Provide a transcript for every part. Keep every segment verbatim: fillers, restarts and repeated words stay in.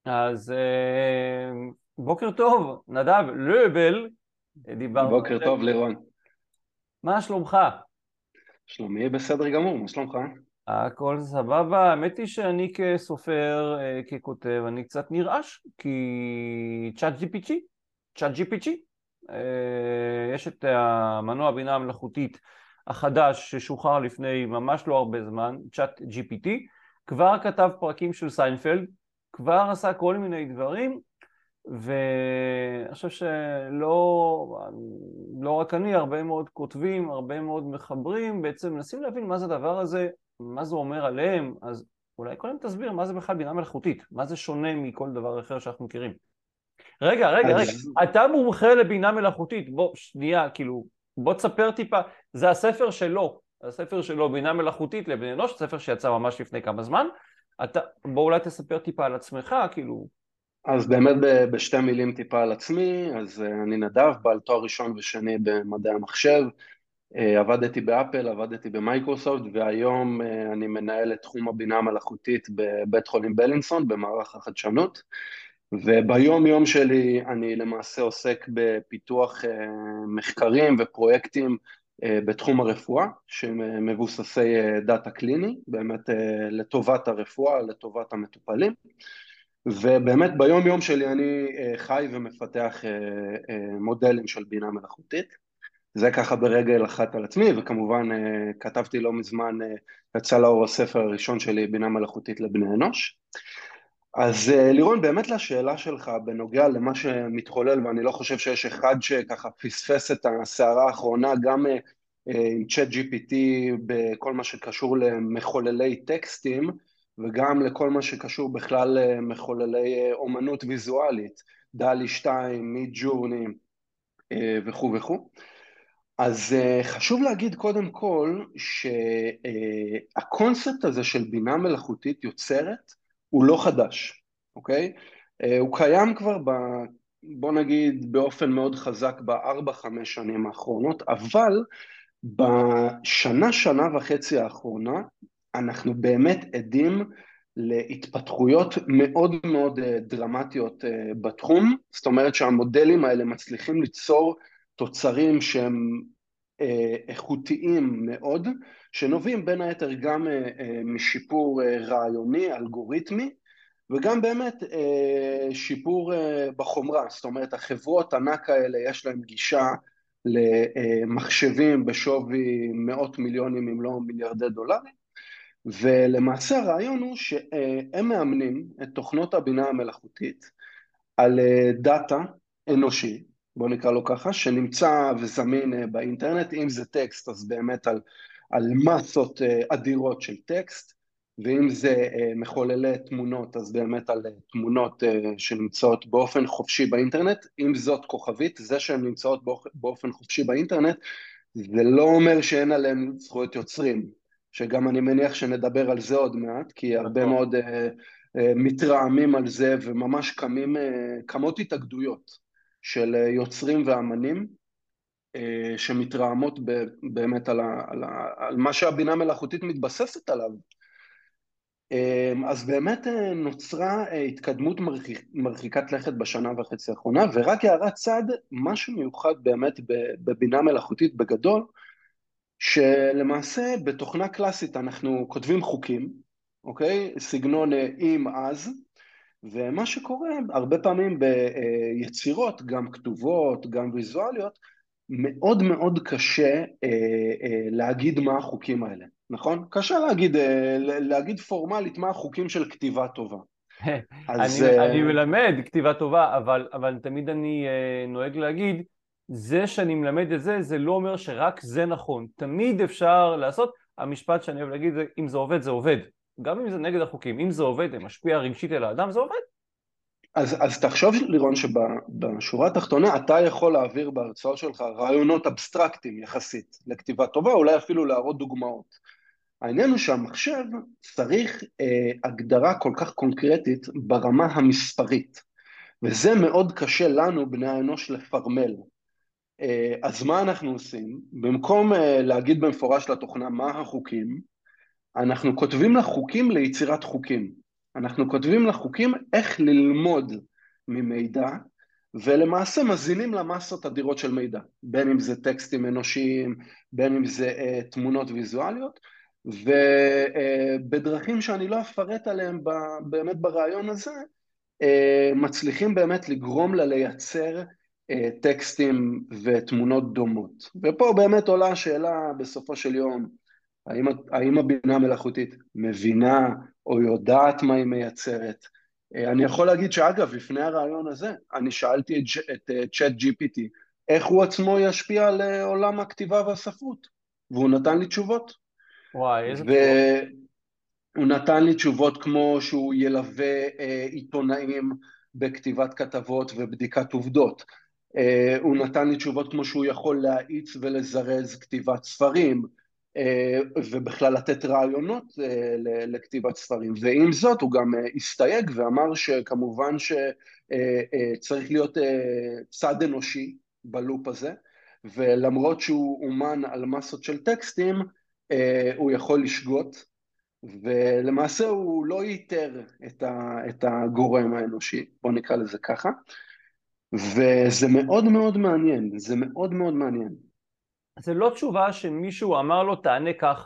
אז אה, בוקר טוב, נדב לובל, דיברנו על בוקר זה. טוב לירון. מה שלומך? שלומי בסדר גמור, מה שלומך? הכל סבבה. האמת היא שאני כסופר, אה, ככותב, אני קצת נרעש, כי צ'אט ג'י פי טי, צ'אט ג'י פי טי, אה, יש את המנוע הבינה המלאכותית החדש ששוחרר לפני ממש לא הרבה זמן, צ'אט ג'י פי טי, כבר כתב פרקים של סיינפלד, כבר עשה כל מיני דברים, ואני חושב שלא לא רק אני, הרבה מאוד כותבים, הרבה מאוד מחברים, בעצם מנסים להבין מה זה הדבר הזה, מה זה אומר עליהם. אז אולי קודם תסביר מה זה בכלל בינה מלאכותית, מה זה שונה מכל דבר אחר שאנחנו מכירים. רגע, רגע, רגע, אז, אתה מומחה לבינה מלאכותית, בוא, שנייה, כאילו, בוא תספר טיפה, זה הספר שלו, הספר שלו, בינה מלאכותית לבני אנוש, ספר שיצא ממש לפני כמה זמן. אתה, בוא אולי תספר טיפה על עצמך, כאילו. אז באמת ב- בשתי מילים טיפה על עצמי, אז אה, אני נדב, בעל תואר ראשון ושני במדעי המחשב, אה, עבדתי באפל, עבדתי במייקרוסופט, והיום אה, אני מנהל את תחום הבינה המלאכותית בבית חולים בלינסון, במערך החדשנות, וביום יום שלי אני למעשה עוסק בפיתוח אה, מחקרים ופרויקטים אה, בתחום הרפואה, שמבוססי אה, דאטה קליני, באמת אה, לטובת הרפואה, לטובת המטופלים. ובאמת ביום יום שלי אני אה, חי ומפתח אה, אה, מודלים של בינה מלאכותית. זה ככה ברגל אחת על עצמי, וכמובן אה, כתבתי לא מזמן, אה, יצא לאור הספר הראשון שלי, בינה מלאכותית לבני אנוש. אז אה, לירון, באמת לשאלה שלך בנוגע למה שמתחולל, ואני לא חושב שיש אחד שככה פספס את הסערה האחרונה, גם אה, אה, עם צ'אט ג'י פי טי בכל מה שקשור למחוללי טקסטים, וגם לכל מה שקשור בכלל למחוללי אה, אומנות ויזואלית, דלי שתיים, מיד ג'ורני אה, וכו' וכו'. אז uh, חשוב להגיד קודם כל שהקונספט הזה של בינה מלאכותית יוצרת הוא לא חדש, אוקיי? Uh, הוא קיים כבר, ב, בוא נגיד, באופן מאוד חזק בארבע, חמש שנים האחרונות, אבל בשנה, שנה וחצי האחרונה, אנחנו באמת עדים להתפתחויות מאוד מאוד אה, דרמטיות אה, בתחום, זאת אומרת שהמודלים האלה מצליחים ליצור תוצרים שהם אה, איכותיים מאוד, שנובעים בין היתר גם אה, אה, משיפור אה, רעיוני, אלגוריתמי, וגם באמת אה, שיפור אה, בחומרה, זאת אומרת החברות ענק האלה יש להם גישה למחשבים בשווי מאות מיליונים אם לא מיליארדי דולרים, ולמעשה הרעיון הוא שהם מאמנים את תוכנות הבינה המלאכותית על אה, דאטה אנושי, בוא נקרא לו ככה, שנמצא וזמין אה, באינטרנט, אם זה טקסט אז באמת על, על מסות אה, אדירות של טקסט, ואם זה אה, מחוללי תמונות אז באמת על אה, תמונות אה, שנמצאות באופן חופשי באינטרנט, אם זאת כוכבית, זה שהן נמצאות באופן חופשי באינטרנט, זה לא אומר שאין עליהן זכויות יוצרים, שגם אני מניח שנדבר על זה עוד מעט, כי הרבה נכון. מאוד אה, אה, מתרעמים על זה וממש קמים, אה, קמות התאגדויות של אה, יוצרים ואמנים אה, שמתרעמות ב- באמת על, ה, על, ה, על מה שהבינה המלאכותית מתבססת עליו. אה, אז באמת אה, נוצרה אה, התקדמות מרחיק, מרחיקת לכת בשנה וחצי האחרונה, ורק הערת צד, משהו מיוחד באמת ב- בבינה מלאכותית בגדול, שלמעשה בתוכנה קלאסית אנחנו כותבים חוקים, אוקיי? סגנון אה, אם אז, ומה שקורה הרבה פעמים ביצירות, גם כתובות, גם ויזואליות, מאוד מאוד קשה אה, אה, להגיד מה החוקים האלה, נכון? קשה להגיד, אה, להגיד פורמלית מה החוקים של כתיבה טובה. אני, אז אני אה, מלמד כתיבה טובה, אבל, אבל תמיד אני אה, נוהג להגיד, זה שאני מלמד את זה, זה לא אומר שרק זה נכון. תמיד אפשר לעשות, המשפט שאני אוהב להגיד זה, אם זה עובד, זה עובד. גם אם זה נגד החוקים, אם זה עובד, זה משפיע רגשית על האדם, זה עובד. אז, אז תחשוב לירון שבשורה התחתונה אתה יכול להעביר בהרצאות שלך רעיונות אבסטרקטיים יחסית לכתיבה טובה, אולי אפילו להראות דוגמאות. העניין הוא שהמחשב צריך אה, הגדרה כל כך קונקרטית ברמה המספרית, וזה מאוד קשה לנו בני האנוש לפרמל. אה, אז מה אנחנו עושים? במקום אה, להגיד במפורש לתוכנה מה החוקים, אנחנו כותבים לה חוקים ליצירת חוקים. אנחנו כותבים לחוקים איך ללמוד ממידע, ולמעשה מזינים למסות אדירות של מידע, בין אם זה טקסטים אנושיים, בין אם זה uh, תמונות ויזואליות, ובדרכים שאני לא אפרט עליהם באמת ברעיון הזה, uh, מצליחים באמת לגרום לה לייצר uh, טקסטים ותמונות דומות. ופה באמת עולה השאלה בסופו של יום, האם, האם הבינה המלאכותית מבינה או יודעת מה היא מייצרת? אני יכול להגיד שאגב, לפני הרעיון הזה, אני שאלתי את, את צ'אט ג'י פי טי, איך הוא עצמו ישפיע על עולם הכתיבה והספרות, והוא נתן לי תשובות. וואי, איזה תשובות. והוא נתן לי תשובות כמו שהוא ילווה עיתונאים בכתיבת כתבות ובדיקת עובדות. הוא נתן לי תשובות כמו שהוא יכול להאיץ ולזרז כתיבת ספרים, ובכלל לתת רעיונות לכתיבת ספרים. ועם זאת הוא גם הסתייג ואמר שכמובן שצריך להיות צד אנושי בלופ הזה, ולמרות שהוא אומן על מסות של טקסטים, הוא יכול לשגות, ולמעשה הוא לא ייתר את הגורם האנושי, בוא נקרא לזה ככה, וזה מאוד מאוד מעניין, זה מאוד מאוד מעניין. זה לא תשובה שמישהו אמר לו תענה ככה.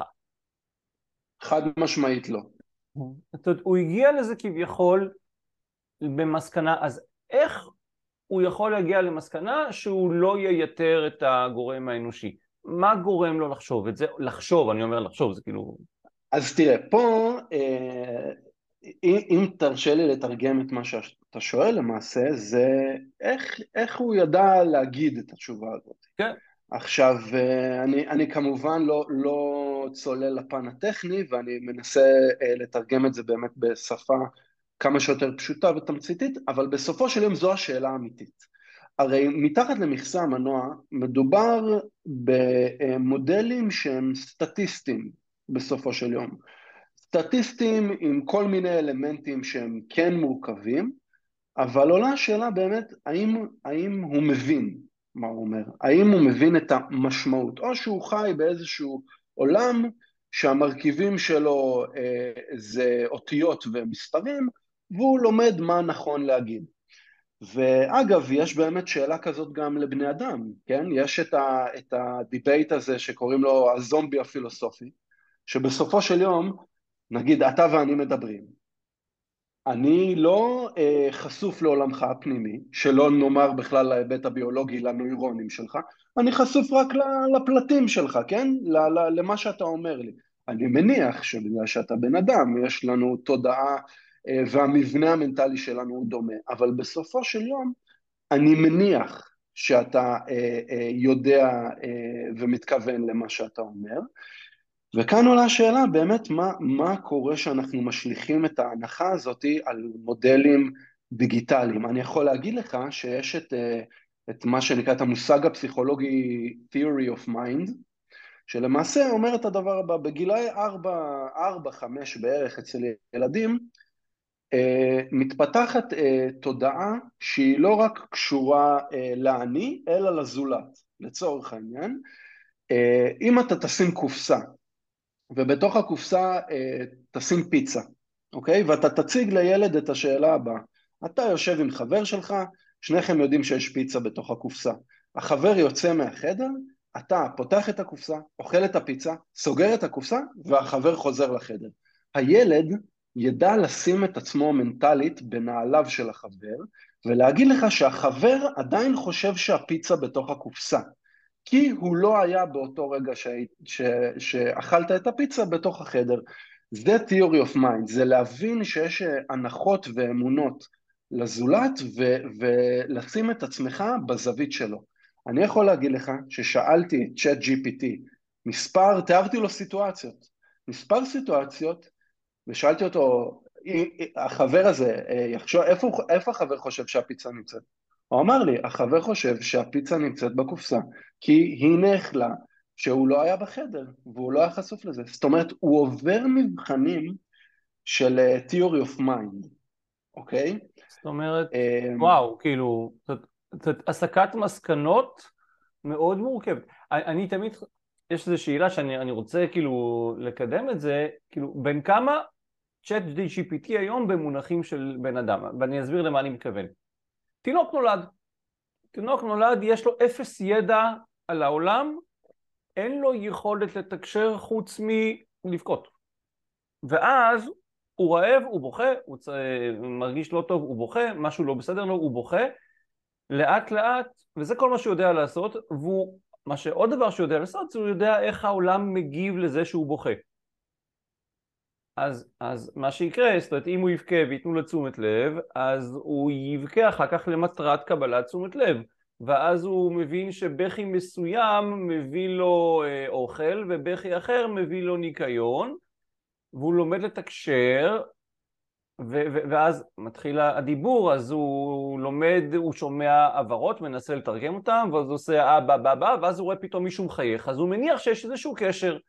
חד משמעית לא. זאת אומרת, הוא הגיע לזה כביכול במסקנה, אז איך הוא יכול להגיע למסקנה שהוא לא ייתר את הגורם האנושי? מה גורם לו לחשוב את זה? לחשוב, אני אומר לחשוב, זה כאילו... אז תראה, פה, אה, אם תרשה לי לתרגם את מה שאתה שואל למעשה, זה איך, איך הוא ידע להגיד את התשובה הזאת. כן. עכשיו, אני, אני כמובן לא, לא צולל לפן הטכני, ואני מנסה לתרגם את זה באמת בשפה כמה שיותר פשוטה ותמציתית, אבל בסופו של יום זו השאלה האמיתית. הרי מתחת למכסה המנוע מדובר במודלים שהם סטטיסטיים בסופו של יום. סטטיסטיים עם כל מיני אלמנטים שהם כן מורכבים, אבל עולה השאלה באמת, האם, האם הוא מבין מה הוא אומר? האם הוא מבין את המשמעות? או שהוא חי באיזשהו עולם שהמרכיבים שלו אה, זה אותיות ומספרים, והוא לומד מה נכון להגיד. ואגב, יש באמת שאלה כזאת גם לבני אדם, כן? יש את, ה, את הדיבייט הזה שקוראים לו הזומבי הפילוסופי, שבסופו של יום, נגיד אתה ואני מדברים, אני לא אה, חשוף לעולמך הפנימי, שלא נאמר בכלל להיבט הביולוגי, לנוירונים שלך, אני חשוף רק לפלטים שלך, כן? למה שאתה אומר לי. אני מניח שבגלל שאתה בן אדם, יש לנו תודעה אה, והמבנה המנטלי שלנו הוא דומה, אבל בסופו של יום, אני מניח שאתה אה, אה, יודע אה, ומתכוון למה שאתה אומר, וכאן עולה השאלה באמת מה, מה קורה שאנחנו משליכים את ההנחה הזאת על מודלים דיגיטליים. אני יכול להגיד לך שיש את, את מה שנקרא את המושג הפסיכולוגי Theory of Mind, שלמעשה אומר את הדבר הבא, בגילאי ארבע חמש בערך אצל ילדים, מתפתחת תודעה שהיא לא רק קשורה לעני, אלא לזולת. לצורך העניין, אם אתה תשים קופסה, ובתוך הקופסה אה, תשים פיצה, אוקיי? ואתה תציג לילד את השאלה הבאה. אתה יושב עם חבר שלך, שניכם יודעים שיש פיצה בתוך הקופסה. החבר יוצא מהחדר, אתה פותח את הקופסה, אוכל את הפיצה, סוגר את הקופסה, והחבר חוזר לחדר. הילד ידע לשים את עצמו מנטלית בנעליו של החבר, ולהגיד לך שהחבר עדיין חושב שהפיצה בתוך הקופסה. כי הוא לא היה באותו רגע ש... ש... שאכלת את הפיצה בתוך החדר. זה theory of mind, זה להבין שיש הנחות ואמונות לזולת ו... ולשים את עצמך בזווית שלו. אני יכול להגיד לך ששאלתי את צ'אט ג'י פי טי מספר, תיארתי לו סיטואציות, מספר סיטואציות, ושאלתי אותו, החבר הזה, יחשוב, איפה, איפה החבר חושב שהפיצה נמצאת? הוא אמר לי, החבר חושב שהפיצה נמצאת בקופסה, כי היא נאכלה שהוא לא היה בחדר, והוא לא היה חשוף לזה. זאת אומרת, הוא עובר מבחנים של theory of mind, אוקיי? זאת אומרת, וואו, כאילו, זאת הסקת מסקנות מאוד מורכבת. אני, אני תמיד, יש איזו שאלה שאני אני רוצה כאילו לקדם את זה, כאילו, בין כמה צ'אט ג'י פי טי היום במונחים של בן אדם, ואני אסביר למה אני מתכוון. תינוק נולד, תינוק נולד, יש לו אפס ידע על העולם, אין לו יכולת לתקשר חוץ מלבכות. ואז הוא רעב, הוא בוכה, הוא צ... מרגיש לא טוב, הוא בוכה, משהו לא בסדר לו, הוא בוכה, לאט לאט, וזה כל מה שהוא יודע לעשות, והוא, מה שעוד דבר שהוא יודע לעשות, זה הוא יודע איך העולם מגיב לזה שהוא בוכה. אז, אז מה שיקרה, זאת אומרת, אם הוא יבכה ויתנו לו תשומת לב, אז הוא יבכה אחר כך למטרת קבלת תשומת לב, ואז הוא מבין שבכי מסוים מביא לו אה, אוכל, ובכי אחר מביא לו ניקיון, והוא לומד לתקשר, ו- ו- ואז מתחיל הדיבור, אז הוא לומד, הוא שומע עברות, מנסה לתרגם אותם, ואז הוא עושה אבא, בא, בא, ואז הוא רואה פתאום מישהו מחייך, אז הוא מניח שיש איזשהו קשר.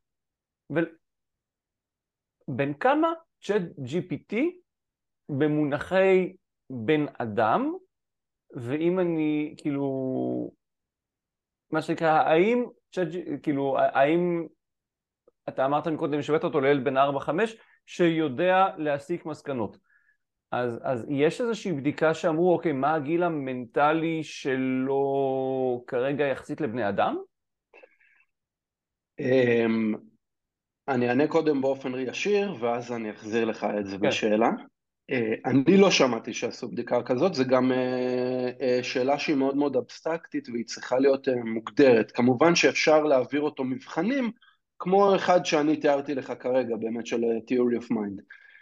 ובין כמה צ'אט ג'י פי טי במונחי בן אדם, ואם אני, כאילו, מה שנקרא, האם, צ'אט, כאילו, האם, אתה אמרת מקודם, שבאת אותו לילד בן ארבע חמש, שיודע להסיק מסקנות. אז, אז יש איזושהי בדיקה שאמרו, אוקיי, מה הגיל המנטלי שלו כרגע יחסית לבני אדם? אני אענה קודם באופן ישיר, ואז אני אחזיר לך את זה כן. בשאלה. אני לא שמעתי שעשו בדיקה כזאת, זה גם שאלה שהיא מאוד מאוד אבסטרקטית, והיא צריכה להיות מוגדרת. כמובן שאפשר להעביר אותו מבחנים, כמו אחד שאני תיארתי לך כרגע, באמת של Theory of Mind.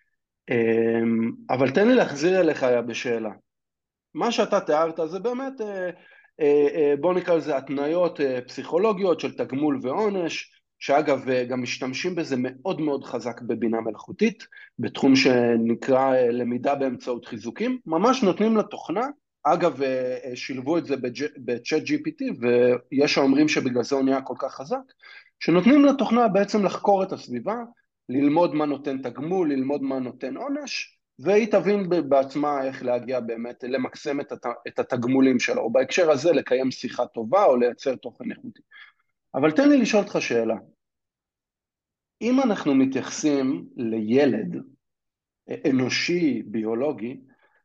אבל תן לי להחזיר אליך בשאלה. מה שאתה תיארת זה באמת, בוא נקרא לזה התניות פסיכולוגיות של תגמול ועונש, שאגב גם משתמשים בזה מאוד מאוד חזק בבינה מלאכותית, בתחום שנקרא למידה באמצעות חיזוקים, ממש נותנים לתוכנה, אגב שילבו את זה בצ'אט ג'י פי טי, ויש שאומרים שבגלל זה הוא נהיה כל כך חזק, שנותנים לתוכנה בעצם לחקור את הסביבה, ללמוד מה נותן תגמול, ללמוד מה נותן עונש, והיא תבין בעצמה איך להגיע באמת, למקסם את התגמולים שלה, או בהקשר הזה לקיים שיחה טובה, או לייצר תוכן איכותי. אבל תן לי לשאול אותך שאלה. אם אנחנו מתייחסים לילד אנושי, ביולוגי,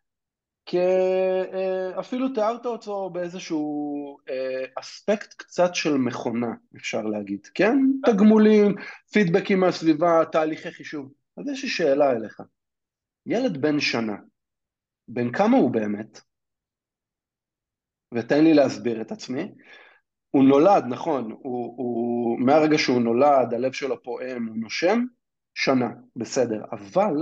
אפילו תיארת אותו באיזשהו אספקט קצת של מכונה, אפשר להגיד, כן? תגמולים, פידבקים מהסביבה, תהליכי חישוב. אז יש לי שאלה אליך. ילד בן שנה, בן כמה הוא באמת? ותן לי להסביר את עצמי. הוא נולד, נכון, הוא, הוא, מהרגע שהוא נולד, הלב שלו פועם, הוא נושם, שנה, בסדר, אבל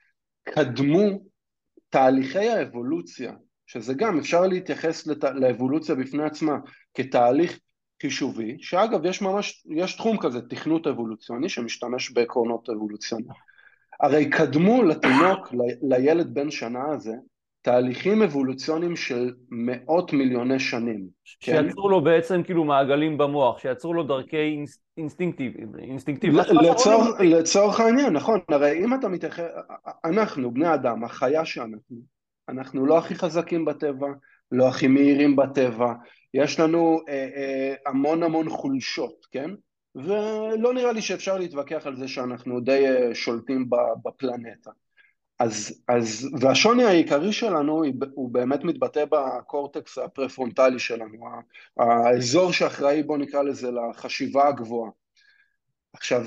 קדמו תהליכי האבולוציה, שזה גם אפשר להתייחס לת... לאבולוציה בפני עצמה כתהליך חישובי, שאגב יש ממש, יש תחום כזה, תכנות אבולוציוני, שמשתמש בעקרונות אבולוציוניים. הרי קדמו לתינוק, ל... לילד בן שנה הזה, תהליכים אבולוציוניים של מאות מיליוני שנים. שיצרו כן? לו בעצם כאילו מעגלים במוח, שיצרו לו דרכי אינסטינקטיב, אינסטינקטיב. לצורך, לצורך העניין, נכון, הרי אם אתה מתייחס, אנחנו, בני אדם, החיה שאנחנו, אנחנו לא הכי חזקים בטבע, לא הכי מהירים בטבע, יש לנו אה, אה, המון המון חולשות, כן? ולא נראה לי שאפשר להתווכח על זה שאנחנו די אה, שולטים בפלנטה. אז, אז, והשוני העיקרי שלנו הוא באמת מתבטא בקורטקס הפרפרונטלי שלנו, האזור שאחראי, בוא נקרא לזה, לחשיבה הגבוהה. עכשיו,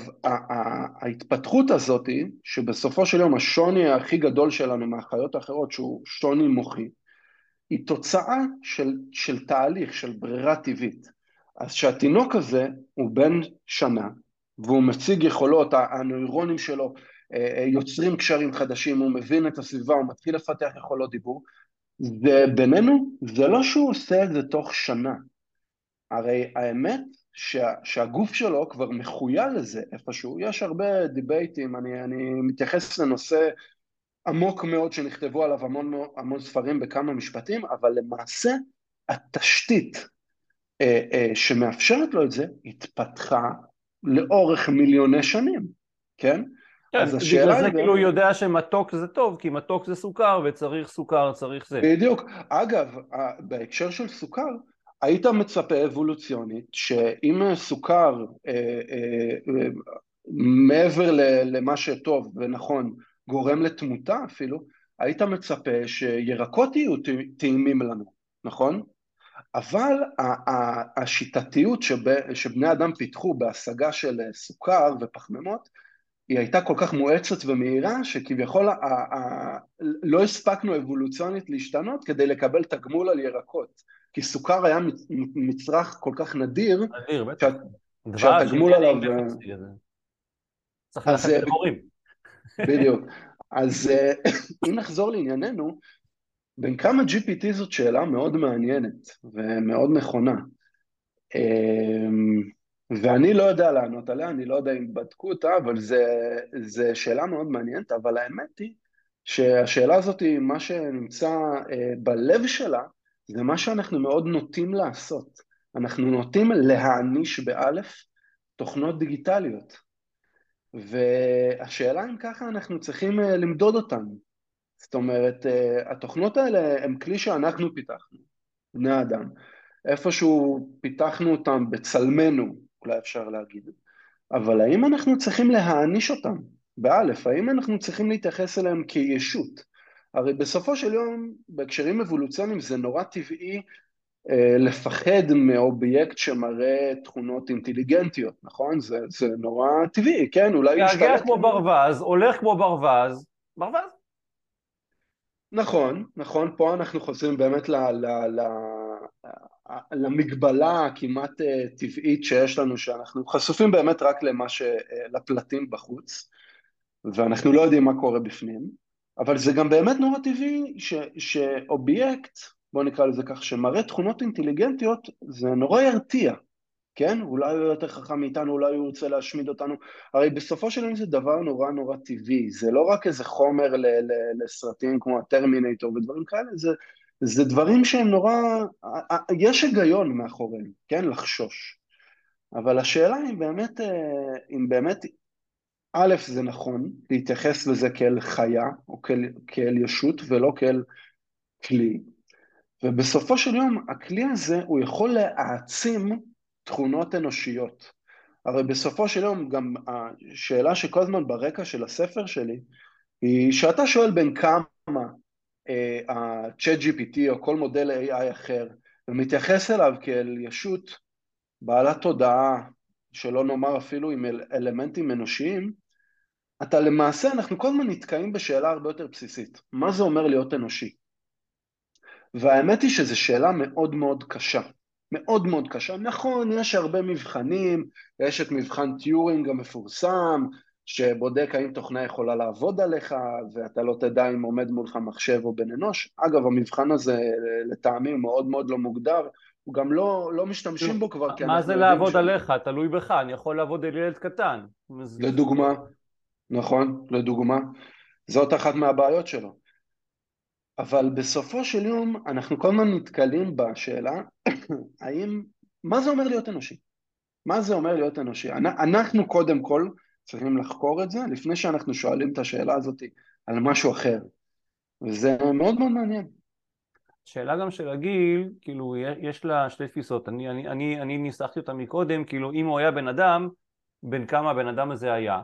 ההתפתחות הזאת, שבסופו של יום השוני הכי גדול שלנו מהחיות האחרות, שהוא שוני מוחי, היא תוצאה של, של תהליך, של ברירה טבעית. אז שהתינוק הזה הוא בן שנה, והוא מציג יכולות, הנוירונים שלו, יוצרים קשרים חדשים, הוא מבין את הסביבה, הוא מתחיל לפתח יכולות דיבור, ובינינו זה לא שהוא עושה את זה תוך שנה, הרי האמת שה, שהגוף שלו כבר מחויה לזה איפשהו, יש הרבה דיבייטים, אני, אני מתייחס לנושא עמוק מאוד שנכתבו עליו המון, המון ספרים בכמה משפטים, אבל למעשה התשתית אה, אה, שמאפשרת לו את זה התפתחה לאורך מיליוני שנים, כן? כן, בגלל זה כאילו הוא יודע שמתוק זה טוב, כי מתוק זה סוכר, וצריך סוכר, צריך זה. בדיוק. אגב, בהקשר של סוכר, היית מצפה אבולוציונית, שאם סוכר, אה, אה, מעבר למה שטוב ונכון, גורם לתמותה אפילו, היית מצפה שירקות יהיו טעימים לנו, נכון? אבל השיטתיות שבני אדם פיתחו בהשגה של סוכר ופחמימות, היא הייתה כל כך מואצת ומהירה, שכביכול לא הספקנו אבולוציונית להשתנות כדי לקבל תגמול על ירקות. כי סוכר היה מצרך כל כך נדיר, נדיר, בטח. דבש, שהתגמול עליו... צריך לנחם בדבורים. בדיוק. אז אם נחזור לענייננו, בין כמה ג'י פי טי זאת שאלה מאוד מעניינת ומאוד נכונה. ואני לא יודע לענות עליה, אני לא יודע אם בדקו אותה, אבל זו שאלה מאוד מעניינת, אבל האמת היא שהשאלה הזאת, מה שנמצא בלב שלה, זה מה שאנחנו מאוד נוטים לעשות. אנחנו נוטים להעניש באלף תוכנות דיגיטליות. והשאלה אם ככה אנחנו צריכים למדוד אותן. זאת אומרת, התוכנות האלה הן כלי שאנחנו פיתחנו, בני האדם. איפשהו פיתחנו אותם בצלמנו, אולי אפשר להגיד. אבל האם אנחנו צריכים להעניש אותם? באלף, האם אנחנו צריכים להתייחס אליהם כישות? הרי בסופו של יום, בהקשרים אבולוציוניים זה נורא טבעי אה, לפחד מאובייקט שמראה תכונות אינטליגנטיות, נכון? זה, זה נורא טבעי, כן? אולי הוא געגע ישתלט כמו לנו. ברווז, הולך כמו ברווז, ברווז. נכון, נכון, פה אנחנו חוזרים באמת ל, ל, ל, למגבלה הכמעט טבעית שיש לנו, שאנחנו חשופים באמת רק למה ש... לפלטים בחוץ, ואנחנו לא יודעים מה קורה בפנים, אבל זה גם באמת נורא טבעי ש... שאובייקט, בוא נקרא לזה כך, שמראה תכונות אינטליגנטיות, זה נורא ירתיע, כן? אולי הוא יותר חכם מאיתנו, אולי הוא רוצה להשמיד אותנו, הרי בסופו של דבר זה דבר נורא נורא טבעי, זה לא רק איזה חומר ל... ל... לסרטים כמו הטרמינטור ודברים כאלה, זה... זה דברים שהם נורא, יש היגיון מאחוריהם, כן, לחשוש. אבל השאלה היא באמת, אם באמת, א', זה נכון להתייחס לזה כאל חיה, או כאל, כאל ישות, ולא כאל כלי. ובסופו של יום, הכלי הזה, הוא יכול להעצים תכונות אנושיות. הרי בסופו של יום, גם השאלה שכל הזמן ברקע של הספר שלי, היא שאתה שואל בין כמה, ה-צ'אט ג'י פי טי או כל מודל איי איי אחר, ומתייחס אליו כאל ישות בעלת תודעה, שלא נאמר אפילו עם אלמנטים אנושיים, אתה למעשה, אנחנו כל הזמן נתקעים בשאלה הרבה יותר בסיסית. מה זה אומר להיות אנושי? והאמת היא שזו שאלה מאוד מאוד קשה. מאוד מאוד קשה. נכון, יש הרבה מבחנים, יש את מבחן טיורינג המפורסם, שבודק האם תוכנה יכולה לעבוד עליך, ואתה לא תדע אם עומד מולך מחשב או בן אנוש. אגב, המבחן הזה לטעמי מאוד מאוד לא מוגדר, הוא גם לא, לא משתמשים בו כבר, כי מה אנחנו זה יודעים לעבוד ש... עליך? תלוי בך, אני יכול לעבוד על ילד קטן. לדוגמה, נכון, לדוגמה, זאת אחת מהבעיות שלו. אבל בסופו של יום אנחנו כל הזמן נתקלים בשאלה, האם, מה זה אומר להיות אנושי? מה זה אומר להיות אנושי? אנחנו קודם כל צריכים לחקור את זה, לפני שאנחנו שואלים את השאלה הזאת על משהו אחר. וזה מאוד מאוד מעניין. שאלה גם של הגיל, כאילו, יש לה שתי תפיסות. אני, אני, אני, אני ניסחתי אותה מקודם, כאילו, אם הוא היה בן אדם, בין כמה הבן אדם הזה היה.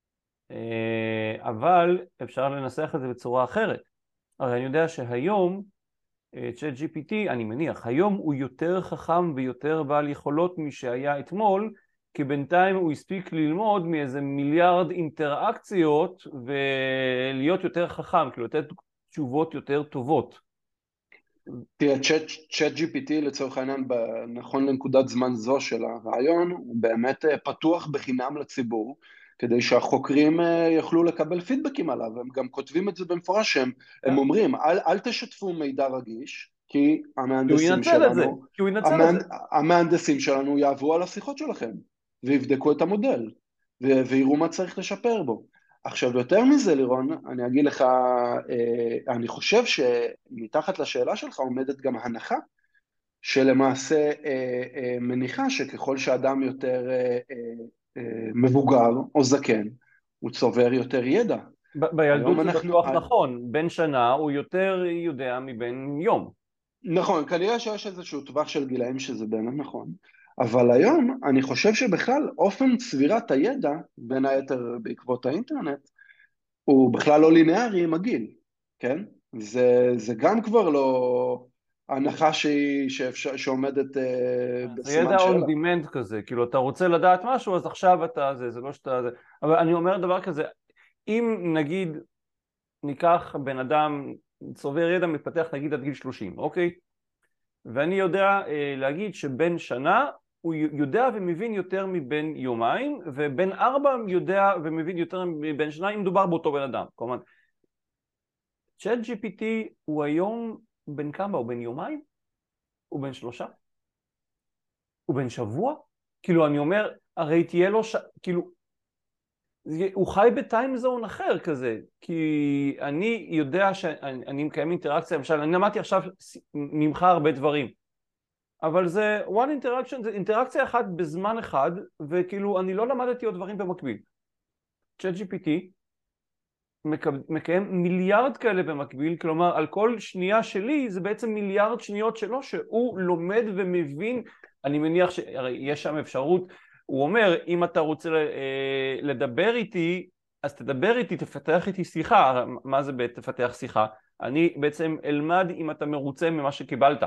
אבל אפשר לנסח את זה בצורה אחרת. הרי אני יודע שהיום, צ'אט ג'י פי טי, אני מניח, היום הוא יותר חכם ויותר בעל יכולות משהיה אתמול, כי בינתיים הוא הספיק ללמוד מאיזה מיליארד אינטראקציות ולהיות יותר חכם, כאילו לתת תשובות יותר טובות. תראה, צ'אט ג'י פי טי לצורך העניין, נכון לנקודת זמן זו של הרעיון, הוא באמת פתוח בחינם לציבור, כדי שהחוקרים יוכלו לקבל פידבקים עליו, הם גם כותבים את זה במפורש, הם, הם אומרים, אל, אל תשתפו מידע רגיש, כי המהנדסים שלנו, המהנד, המהנדסים שלנו יעברו על השיחות שלכם, ויבדקו את המודל, ויראו מה צריך לשפר בו. עכשיו, יותר מזה, לירון, אני אגיד לך, אני חושב שמתחת לשאלה שלך עומדת גם הנחה, שלמעשה מניחה שככל שאדם יותר מבוגר או זקן, הוא צובר יותר ידע. בילדות זה בטוח נכון, בן שנה הוא יותר יודע מבין יום. נכון, כנראה שיש איזשהו טווח של גילאים שזה באמת נכון, אבל היום אני חושב שבכלל אופן צבירת הידע, בין היתר בעקבות האינטרנט, הוא בכלל לא לינארי עם הגיל, כן? זה, זה גם כבר לא הנחה שהיא, שאפשר, שעומדת אה, זה ידע בסימן on שאלה. demand כזה, כאילו אתה רוצה לדעת משהו אז עכשיו אתה זה, זה לא שאתה זה, אבל אני אומר דבר כזה, אם נגיד ניקח בן אדם צובר ידע מתפתח נגיד עד גיל שלושים, אוקיי? ואני יודע אה, להגיד שבין שנה הוא יודע ומבין יותר מבין יומיים, ובין ארבע יודע ומבין יותר מבין שנה אם מדובר באותו בן אדם. כלומר, צ'אט ג'י פי טי הוא היום בין כמה? הוא בין יומיים? הוא בין שלושה? הוא בין שבוע? כאילו אני אומר, הרי תהיה לו, ש... כאילו, הוא חי בטיימזון אחר כזה, כי אני יודע שאני אני מקיים אינטראקציה, למשל, אני למדתי עכשיו ממך הרבה דברים, אבל זה one interaction, זה אינטראקציה אחת בזמן אחד, וכאילו אני לא למדתי עוד דברים במקביל. צ'אט ג'י פי טי מקיים מיליארד כאלה במקביל, כלומר על כל שנייה שלי זה בעצם מיליארד שניות שלו שהוא לומד ומבין. אני מניח שהרי יש שם אפשרות, הוא אומר אם אתה רוצה לדבר איתי אז תדבר איתי, תפתח איתי שיחה. מה זה תפתח שיחה? אני בעצם אלמד אם אתה מרוצה ממה שקיבלת,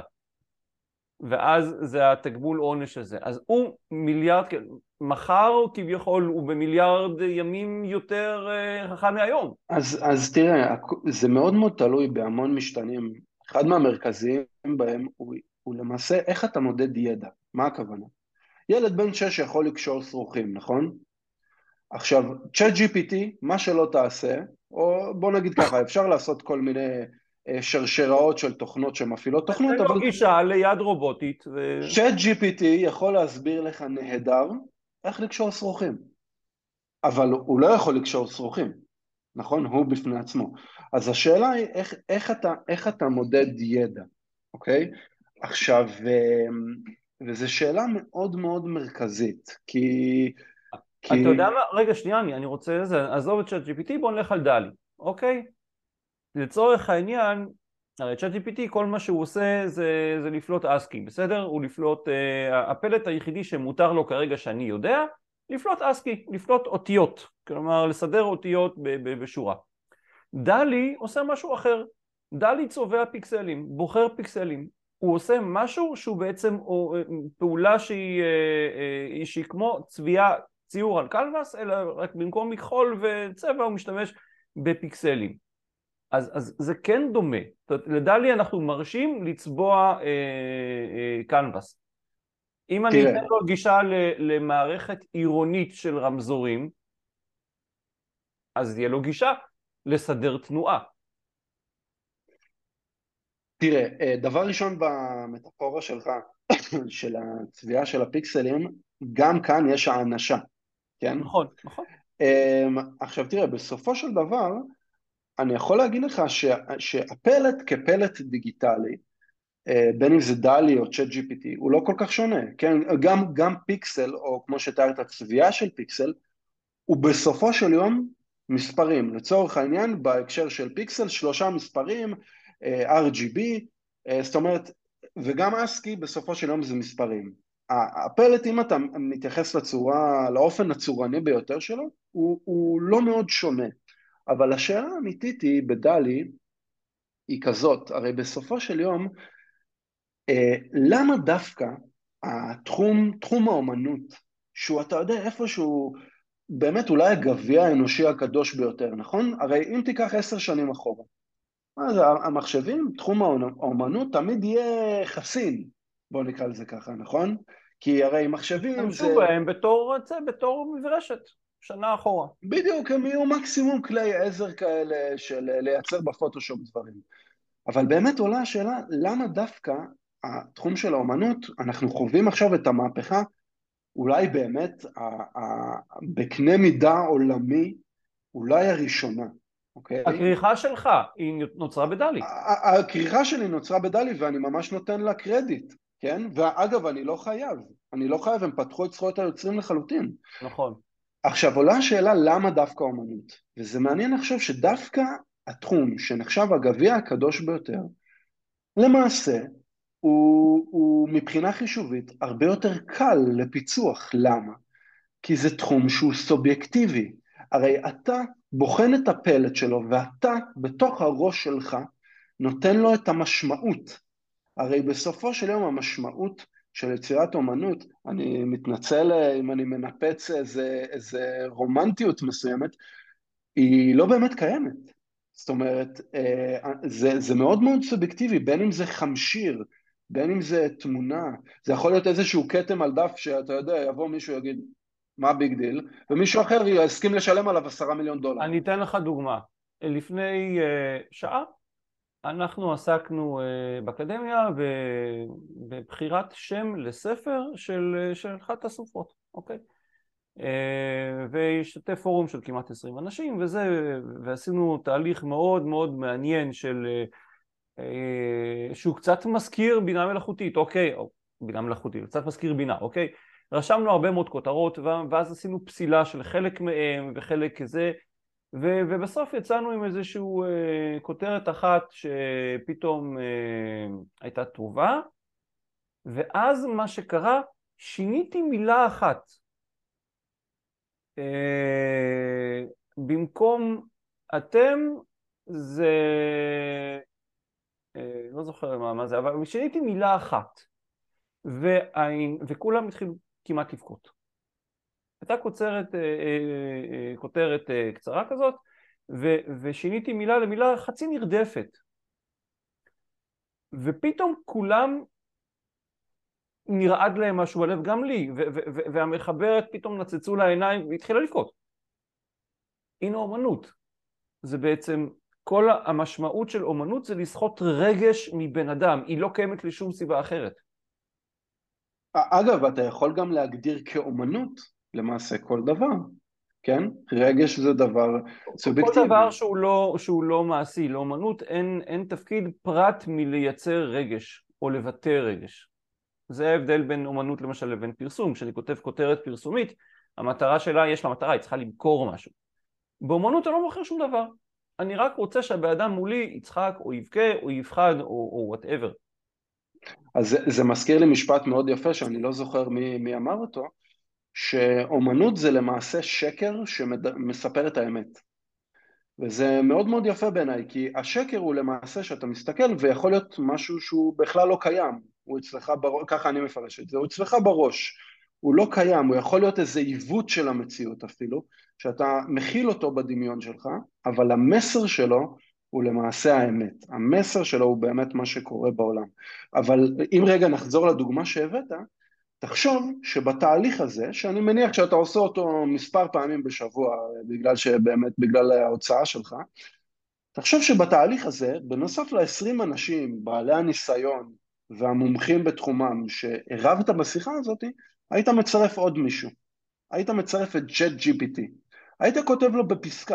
ואז זה התגמול עונש הזה. אז הוא מיליארד, מחר כביכול הוא במיליארד ימים יותר חכם מהיום. אז, אז תראה, זה מאוד מאוד תלוי בהמון משתנים. אחד מהמרכזיים בהם הוא, הוא למעשה איך אתה מודד ידע. מה הכוונה? ילד בן שש יכול לקשור שרוכים, נכון? עכשיו, צ'אט ג'י פי טי, מה שלא תעשה, או בוא נגיד ככה, אפשר לעשות כל מיני אה, שרשראות של תוכנות שמפעילות תן תוכנות, לו אבל גישה ליד רובוטית ו... צ'אט ג'י פי טי יכול להסביר לך נהדר איך לקשור שרוכים, אבל הוא לא יכול לקשור שרוכים, נכון? הוא בפני עצמו. אז השאלה היא איך, איך אתה, איך אתה מודד ידע, אוקיי? עכשיו, אה, וזו שאלה מאוד מאוד מרכזית, כי... אתה כי יודע מה? רגע שנייה, אני, אני רוצה לזה, עזוב את צ'אט ג'י פי טי, בוא נלך על דלי, אוקיי? לצורך העניין, הרי צ'אט ג'י פי טי כל מה שהוא עושה זה, זה לפלוט אסקי, בסדר? הוא לפלוט, אה, הפלט היחידי שמותר לו כרגע שאני יודע, לפלוט אסקי, לפלוט אותיות, כלומר לסדר אותיות ב, ב, בשורה. דלי עושה משהו אחר, דלי צובע פיקסלים, בוחר פיקסלים, הוא עושה משהו שהוא בעצם או, פעולה שהיא, אה, שהיא כמו צביעה, ציור על קלווס, אלא רק במקום מכחול וצבע הוא משתמש בפיקסלים. אז, אז זה כן דומה, לדלי אנחנו מרשים לצבוע אה, אה, קלווס. אם אני תראה, אתן לו גישה למערכת עירונית של רמזורים, אז יהיה לו גישה לסדר תנועה. תראה, אה, דבר ראשון במטאפורה שלך, של הצביעה של הפיקסלים, גם כאן יש האנשה, כן? נכון, נכון. אמ, עכשיו תראה, בסופו של דבר, אני יכול להגיד לך ש, שהפלט כפלט דיגיטלי, אה, בין אם זה דלי או צ'אט ג'י פי טי, הוא לא כל כך שונה, כן? גם, גם פיקסל, או כמו שתיארת, צביעה של פיקסל, הוא בסופו של יום מספרים. לצורך העניין, בהקשר של פיקסל, שלושה מספרים, אה, אר ג'י בי, אה, זאת אומרת, וגם אסקי בסופו של יום זה מספרים. הפלט, אם אתה מתייחס לצורה, לאופן הצורני ביותר שלו, הוא, הוא לא מאוד שונה. אבל השאלה האמיתית היא, בדלי, היא כזאת, הרי בסופו של יום, אה, למה דווקא התחום, תחום האומנות, שהוא, אתה יודע, איפשהו, באמת אולי הגביע האנושי הקדוש ביותר, נכון? הרי אם תיקח עשר שנים אחורה, מה זה, המחשבים, תחום האומנות תמיד יהיה חסין, בואו נקרא לזה ככה, נכון? כי הרי מחשבים השתמשו זה, בהם בתור, בתור מברשת, שנה אחורה. בדיוק, הם יהיו מקסימום כלי עזר כאלה של לייצר בפוטושופ דברים. אבל באמת עולה השאלה, למה דווקא התחום של האומנות, אנחנו חווים עכשיו את המהפכה, אולי באמת ה- ה- בקנה מידה עולמי, אולי הראשונה, אוקיי? הכריכה שלך היא נוצרה בדלי. ה- הכריכה שלי נוצרה בדלי ואני ממש נותן לה קרדיט, כן? ואגב, אני לא חייב, אני לא חייב, הם פתחו את זכויות היוצרים לחלוטין. נכון. עכשיו עולה השאלה למה דווקא אומנות, וזה מעניין לחשוב שדווקא התחום שנחשב הגביע הקדוש ביותר, למעשה הוא, הוא מבחינה חישובית הרבה יותר קל לפיצוח. למה? כי זה תחום שהוא סובייקטיבי. הרי אתה בוחן את הפלט שלו, ואתה בתוך הראש שלך נותן לו את המשמעות. הרי בסופו של יום המשמעות של יצירת אומנות, אני מתנצל אם אני מנפץ איזה, איזה רומנטיות מסוימת, היא לא באמת קיימת. זאת אומרת, זה, זה מאוד מאוד סובייקטיבי, בין אם זה חמשיר, בין אם זה תמונה, זה יכול להיות איזשהו כתם על דף שאתה יודע, יבוא מישהו יגיד, מה ביג דיל, ומישהו אחר יסכים לשלם עליו עשרה מיליון דולר. אני אתן לך דוגמה. לפני uh, שעה אנחנו עסקנו uh, באקדמיה בבחירת שם לספר של, של אחת הסופרות, אוקיי? Uh, והשתתף פורום של כמעט עשרים אנשים, וזה, ועשינו תהליך מאוד מאוד מעניין של, uh, uh, שהוא קצת מזכיר בינה מלאכותית, אוקיי? או בינה מלאכותית, קצת מזכיר בינה, אוקיי? רשמנו הרבה מאוד כותרות, ואז עשינו פסילה של חלק מהם וחלק כזה, ו- ובסוף יצאנו עם איזשהו אה, כותרת אחת שפתאום אה, הייתה טובה, ואז מה שקרה, שיניתי מילה אחת. אה, במקום אתם, זה... אה, לא זוכר מה, מה זה, אבל שיניתי מילה אחת, והעין, וכולם התחילו כמעט לבכות. הייתה קוצרת, כותרת קצרה כזאת, ושיניתי מילה למילה חצי נרדפת. ופתאום כולם נרעד להם משהו בלב, גם לי, והמחברת פתאום נצצו לעיניים והתחילה לבכות. הנה אומנות. זה בעצם, כל המשמעות של אומנות זה לסחוט רגש מבן אדם, היא לא קיימת לשום סיבה אחרת. אגב, אתה יכול גם להגדיר כאומנות, למעשה כל דבר, כן? רגש זה דבר סובייקטיבי. כל דבר שהוא לא, שהוא לא מעשי, לאומנות אין, אין תפקיד פרט מלייצר רגש או לבטא רגש. זה ההבדל בין אומנות למשל לבין פרסום. כשאני כותב כותרת פרסומית, המטרה שלה, יש לה מטרה, היא צריכה למכור משהו. באומנות אני לא מוכר שום דבר. אני רק רוצה שהבאדם מולי יצחק או יבכה או יפחד או, או whatever. אז זה, זה מזכיר לי משפט מאוד יפה שאני לא זוכר מי, מי אמר אותו, שאומנות זה למעשה שקר שמספר את האמת. וזה מאוד מאוד יפה בעיניי, כי השקר הוא למעשה שאתה מסתכל ויכול להיות משהו שהוא בכלל לא קיים, הוא אצלך בראש, ככה אני מפרש את זה, הוא אצלך בראש, הוא לא קיים, הוא יכול להיות איזה עיוות של המציאות אפילו, שאתה מכיל אותו בדמיון שלך, אבל המסר שלו הוא למעשה האמת, המסר שלו הוא באמת מה שקורה בעולם. אבל אם רגע נחזור לדוגמה שהבאת, תחשוב שבתהליך הזה, שאני מניח שאתה עושה אותו מספר פעמים בשבוע, בגלל שבאמת, בגלל ההוצאה שלך, תחשוב שבתהליך הזה, בנוסף ל-עשרים אנשים, בעלי הניסיון והמומחים בתחומם, שהרבת בשיחה הזאת, היית מצרף עוד מישהו. היית מצרף את צ'אט ג'י פי טי. היית כותב לו בפסקה,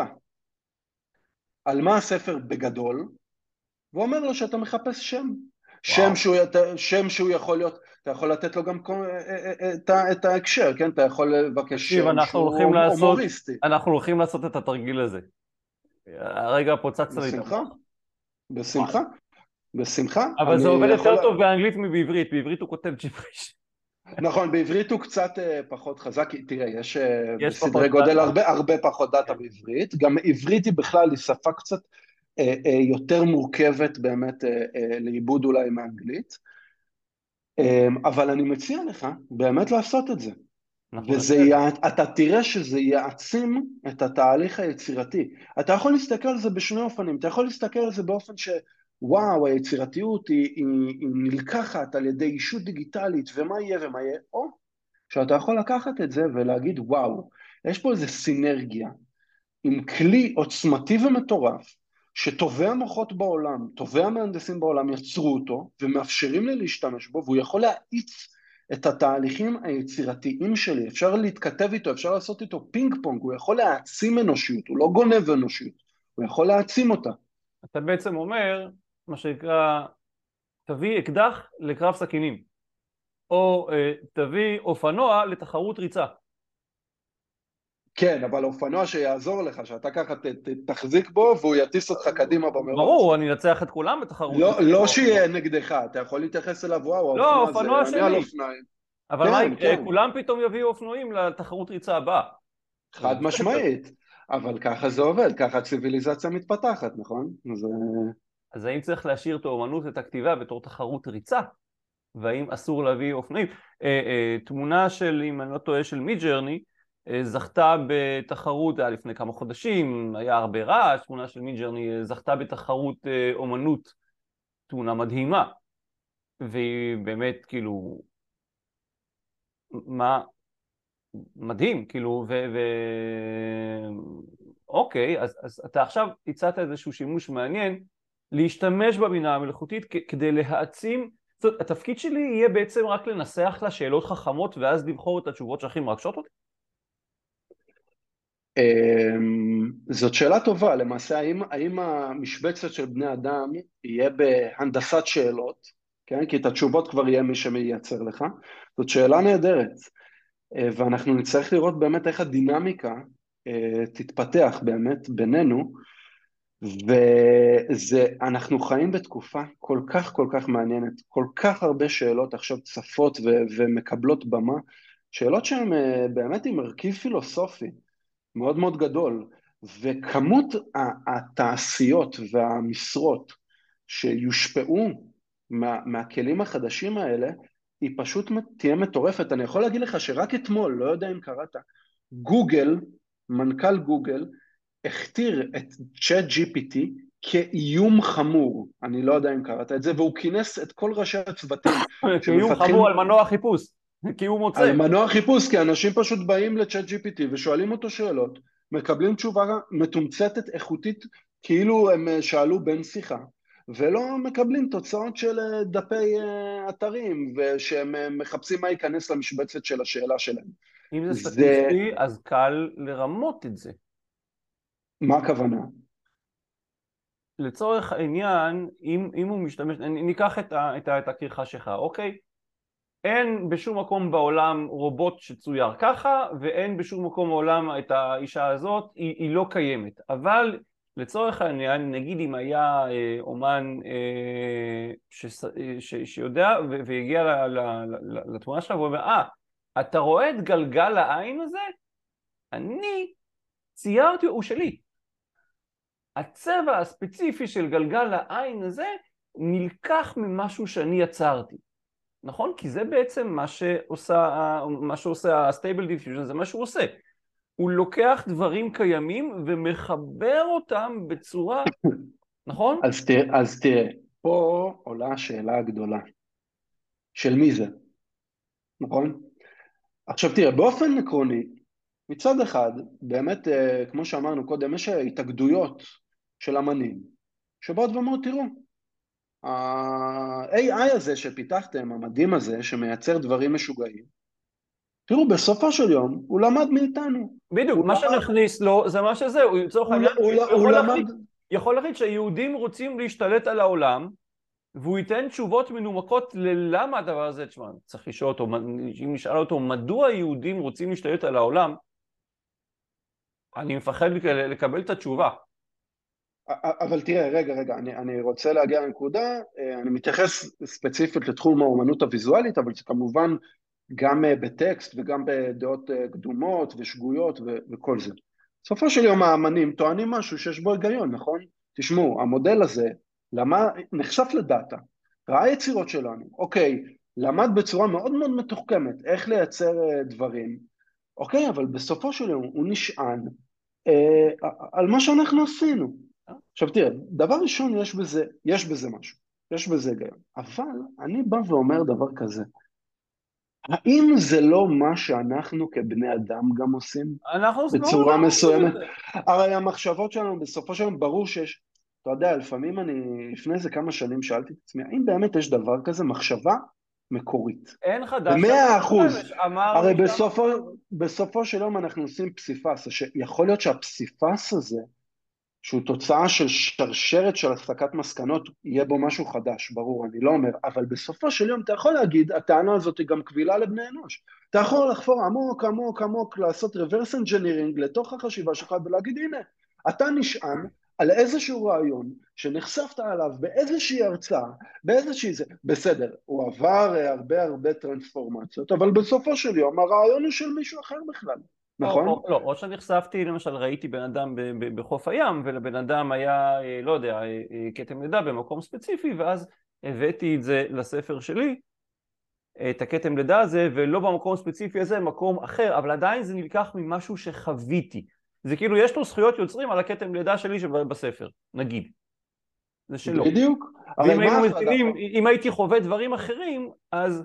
על מה הספר בגדול, ואומר לו שאתה מחפש שם. שם שהוא, שם שהוא יכול להיות, אתה יכול לתת לו גם את, את ההקשר, כן? אתה יכול לבקש שם שהוא הומוריסטי. אנחנו הולכים לעשות את התרגיל הזה. הרגע פוצצת לי את בשמחה, בשמחה, בשמחה. אבל זה עובד יותר טוב באנגלית מבעברית, בעברית הוא כותב ג'יבריש. נכון, בעברית הוא קצת פחות חזק, תראה, יש בסדרי גודל הרבה, הרבה פחות דאטה בעברית, גם עברית היא בכלל, היא שפה קצת יותר מורכבת באמת לעיבוד אולי מאנגלית, אבל אני מציע לך באמת לעשות את זה, ואתה תראה שזה יעצים את התהליך היצירתי. אתה יכול להסתכל על זה בשני אופנים, אתה יכול להסתכל על זה באופן שוואו, היצירתיות היא, היא, היא נלקחת על ידי אישות דיגיטלית, ומה יהיה ומה יהיה, או שאתה יכול לקחת את זה ולהגיד וואו, יש פה איזו סינרגיה עם כלי עוצמתי ומטורף, שטובי המוחות בעולם, טובי המהנדסים בעולם יצרו אותו, ומאפשרים לי להשתמש בו, והוא יכול להאיץ את התהליכים היצירתיים שלי, אפשר להתכתב איתו, אפשר לעשות איתו פינג פונג, הוא יכול להעצים אנושיות, הוא לא גונב אנושיות, הוא יכול להעצים אותה. אתה בעצם אומר, מה שנקרא, תביא אקדח לקרב סכינים, או אה, תביא אופנוע לתחרות ריצה. כן, אבל אופנוע שיעזור לך, שאתה ככה תחזיק בו, והוא יטיס אותך קדימה במרוץ. ברור, אני אנצח את כולם בתחרות. לא, לא שיהיה נגדך, אתה יכול להתייחס אליו, וואו, לא, האופנוע שלי. אני על אופניים. אבל מה, כולם פתאום יביאו אופנועים לתחרות ריצה הבאה. חד משמעית. אבל ככה זה עובד, ככה הציביליזציה מתפתחת, נכון? אז... אה, אז האם צריך להשאיר את האומנות ואת הכתיבה בתור תחרות ריצה? והאם אסור להביא אופנועים? אה, אה, תמונה של, אם אני לא טועה, של מידג'רני, אה, זכתה בתחרות, היה לפני כמה חודשים, היה הרבה רעש, תמונה של מידג'רני אה, זכתה בתחרות אה, אומנות, תמונה מדהימה, והיא באמת כאילו, מה, מדהים, כאילו, ו... ו... אוקיי, אז, אז אתה עכשיו הצעת איזשהו שימוש מעניין, להשתמש בבינה המלאכותית כ- כדי להעצים, זאת אומרת, התפקיד שלי יהיה בעצם רק לנסח לה שאלות חכמות ואז לבחור את התשובות שהכי מרגשות אותי? אמ, זאת שאלה טובה, למעשה האם, האם המשבצת של בני אדם יהיה בהנדסת שאלות, כן? כי את התשובות כבר יהיה מי שמייצר לך, זאת שאלה נהדרת, אה, ואנחנו נצטרך לראות באמת איך הדינמיקה אה, תתפתח באמת בינינו, ואנחנו חיים בתקופה כל כך כל כך מעניינת, כל כך הרבה שאלות עכשיו צפות ו- ומקבלות במה, שאלות שהן אה, באמת עם מרכיב פילוסופי, מאוד מאוד גדול, וכמות התעשיות והמשרות שיושפעו מה, מהכלים החדשים האלה, היא פשוט תהיה מטורפת. אני יכול להגיד לך שרק אתמול, לא יודע אם קראת, גוגל, מנכ"ל גוגל, הכתיר את צ'אט ג'י פי טי כאיום חמור, אני לא יודע אם קראת את זה, והוא כינס את כל ראשי הצוותים כאיום חמור שמפתחים על מנוע חיפוש, כי הוא מוצא. על מנוע חיפוש, כי אנשים פשוט באים לצ'אט ג'י פי טי ושואלים אותו שאלות, מקבלים תשובה מתומצתת, איכותית, כאילו הם שאלו בן שיחה, ולא מקבלים תוצאות של אה, דפי אה, אתרים, ושהם אה, מחפשים מה ייכנס למשבצת של השאלה שלהם. אם זה זה, סטטיסטי, אז קל לרמות את זה. מה הכוונה? לצורך העניין, אם, אם הוא משתמש, ניקח את, ה, את, ה, את הכריכה שלך, אוקיי? אין בשום מקום בעולם רובוט שצויר ככה, ואין בשום מקום בעולם את האישה הזאת, היא, היא לא קיימת. אבל לצורך העניין, נגיד אם היה אה, אומן אה, ש, ש, שיודע ו, והגיע ל, ל, ל, לתמונה שלה ואומר, אה, אתה רואה את גלגל העין הזה? אני ציירתי, הוא שלי. הצבע הספציפי של גלגל העין הזה נלקח ממשהו שאני יצרתי. נכון? כי זה בעצם מה שעושה, מה שעושה ה-Stable Diffusion, זה מה שהוא עושה. הוא לוקח דברים קיימים ומחבר אותם בצורה, נכון? אז תראה, אז תראה, פה עולה השאלה הגדולה, של מי זה, נכון? עכשיו תראה, באופן עקרוני, מצד אחד, באמת, אה, כמו שאמרנו קודם, יש התאגדויות של אמנים, שבאות ואומרות, תראו, ה-איי איי הזה שפיתחתם, המדהים הזה, שמייצר דברים משוגעים, תראו, בסופו של יום, הוא למד מאיתנו. בדיוק, הוא מה למד, שנכניס לו זה מה שזה, הוא לצורך הוא, העניין, הוא, הוא הוא יכול למד, להחליט, יכול להחליט שהיהודים רוצים להשתלט על העולם, והוא ייתן תשובות מנומקות ללמה הדבר הזה, תשמע, צריך לשאול אותו, אם נשאל אותו, מדוע היהודים רוצים להשתלט על העולם, אני מפחד לקבל את התשובה. אבל תראה, רגע, רגע, אני, אני רוצה להגיע לנקודה, אה, אני מתייחס ספציפית לתחום האומנות הוויזואלית, אבל זה כמובן גם אה, בטקסט וגם בדעות אה, קדומות ושגויות ו- וכל זה. בסופו של יום האמנים טוענים משהו שיש בו היגיון, נכון? תשמעו, המודל הזה למה, נחשף לדאטה, ראה יצירות שלנו, אוקיי, למד בצורה מאוד מאוד מתוחכמת איך לייצר אה, דברים, אוקיי, אבל בסופו של יום הוא נשען אה, על מה שאנחנו עשינו. עכשיו תראה, דבר ראשון יש בזה, יש בזה משהו, יש בזה היגיון, אבל אני בא ואומר דבר כזה, האם זה לא מה שאנחנו כבני אדם גם עושים אנחנו לא, בצורה לא עושים את מסוימת? זה. הרי המחשבות שלנו בסופו של דבר ברור שיש, אתה יודע, לפעמים אני, לפני איזה כמה שנים שאלתי את עצמי, האם באמת יש דבר כזה מחשבה מקורית? אין חדש תחת במאה אחוז, השמש, אמר הרי משם בסופו, הקודם. בסופו של יום אנחנו עושים פסיפס, שיכול להיות שהפסיפס הזה, שהוא תוצאה של שרשרת של הסקת מסקנות, יהיה בו משהו חדש, ברור, אני לא אומר, אבל בסופו של יום אתה יכול להגיד, הטענה הזאת היא גם קבילה לבני אנוש. אתה יכול לחפור עמוק, עמוק, עמוק, לעשות reverse engineering לתוך החשיבה שלך ולהגיד, הנה, אתה נשען על איזשהו רעיון שנחשפת עליו באיזושהי הרצאה, באיזושהי זה, בסדר, הוא עבר הרבה הרבה טרנספורמציות, אבל בסופו של יום הרעיון הוא של מישהו אחר בכלל. או, נכון? או, לא, או שנחשפתי, למשל ראיתי בן אדם ב- ב- בחוף הים, ולבן אדם היה, אה, לא יודע, אה, אה, כתם לידה במקום ספציפי, ואז הבאתי את זה לספר שלי, את הכתם לידה הזה, ולא במקום ספציפי הזה, מקום אחר, אבל עדיין זה נלקח ממשהו שחוויתי. זה כאילו, יש לו זכויות יוצרים על הכתם לידה שלי שבספר, נגיד. זה שלו. בדיוק. הרי ואם מה היינו ההפרדה מבינים, פה? אם הייתי חווה דברים אחרים, אז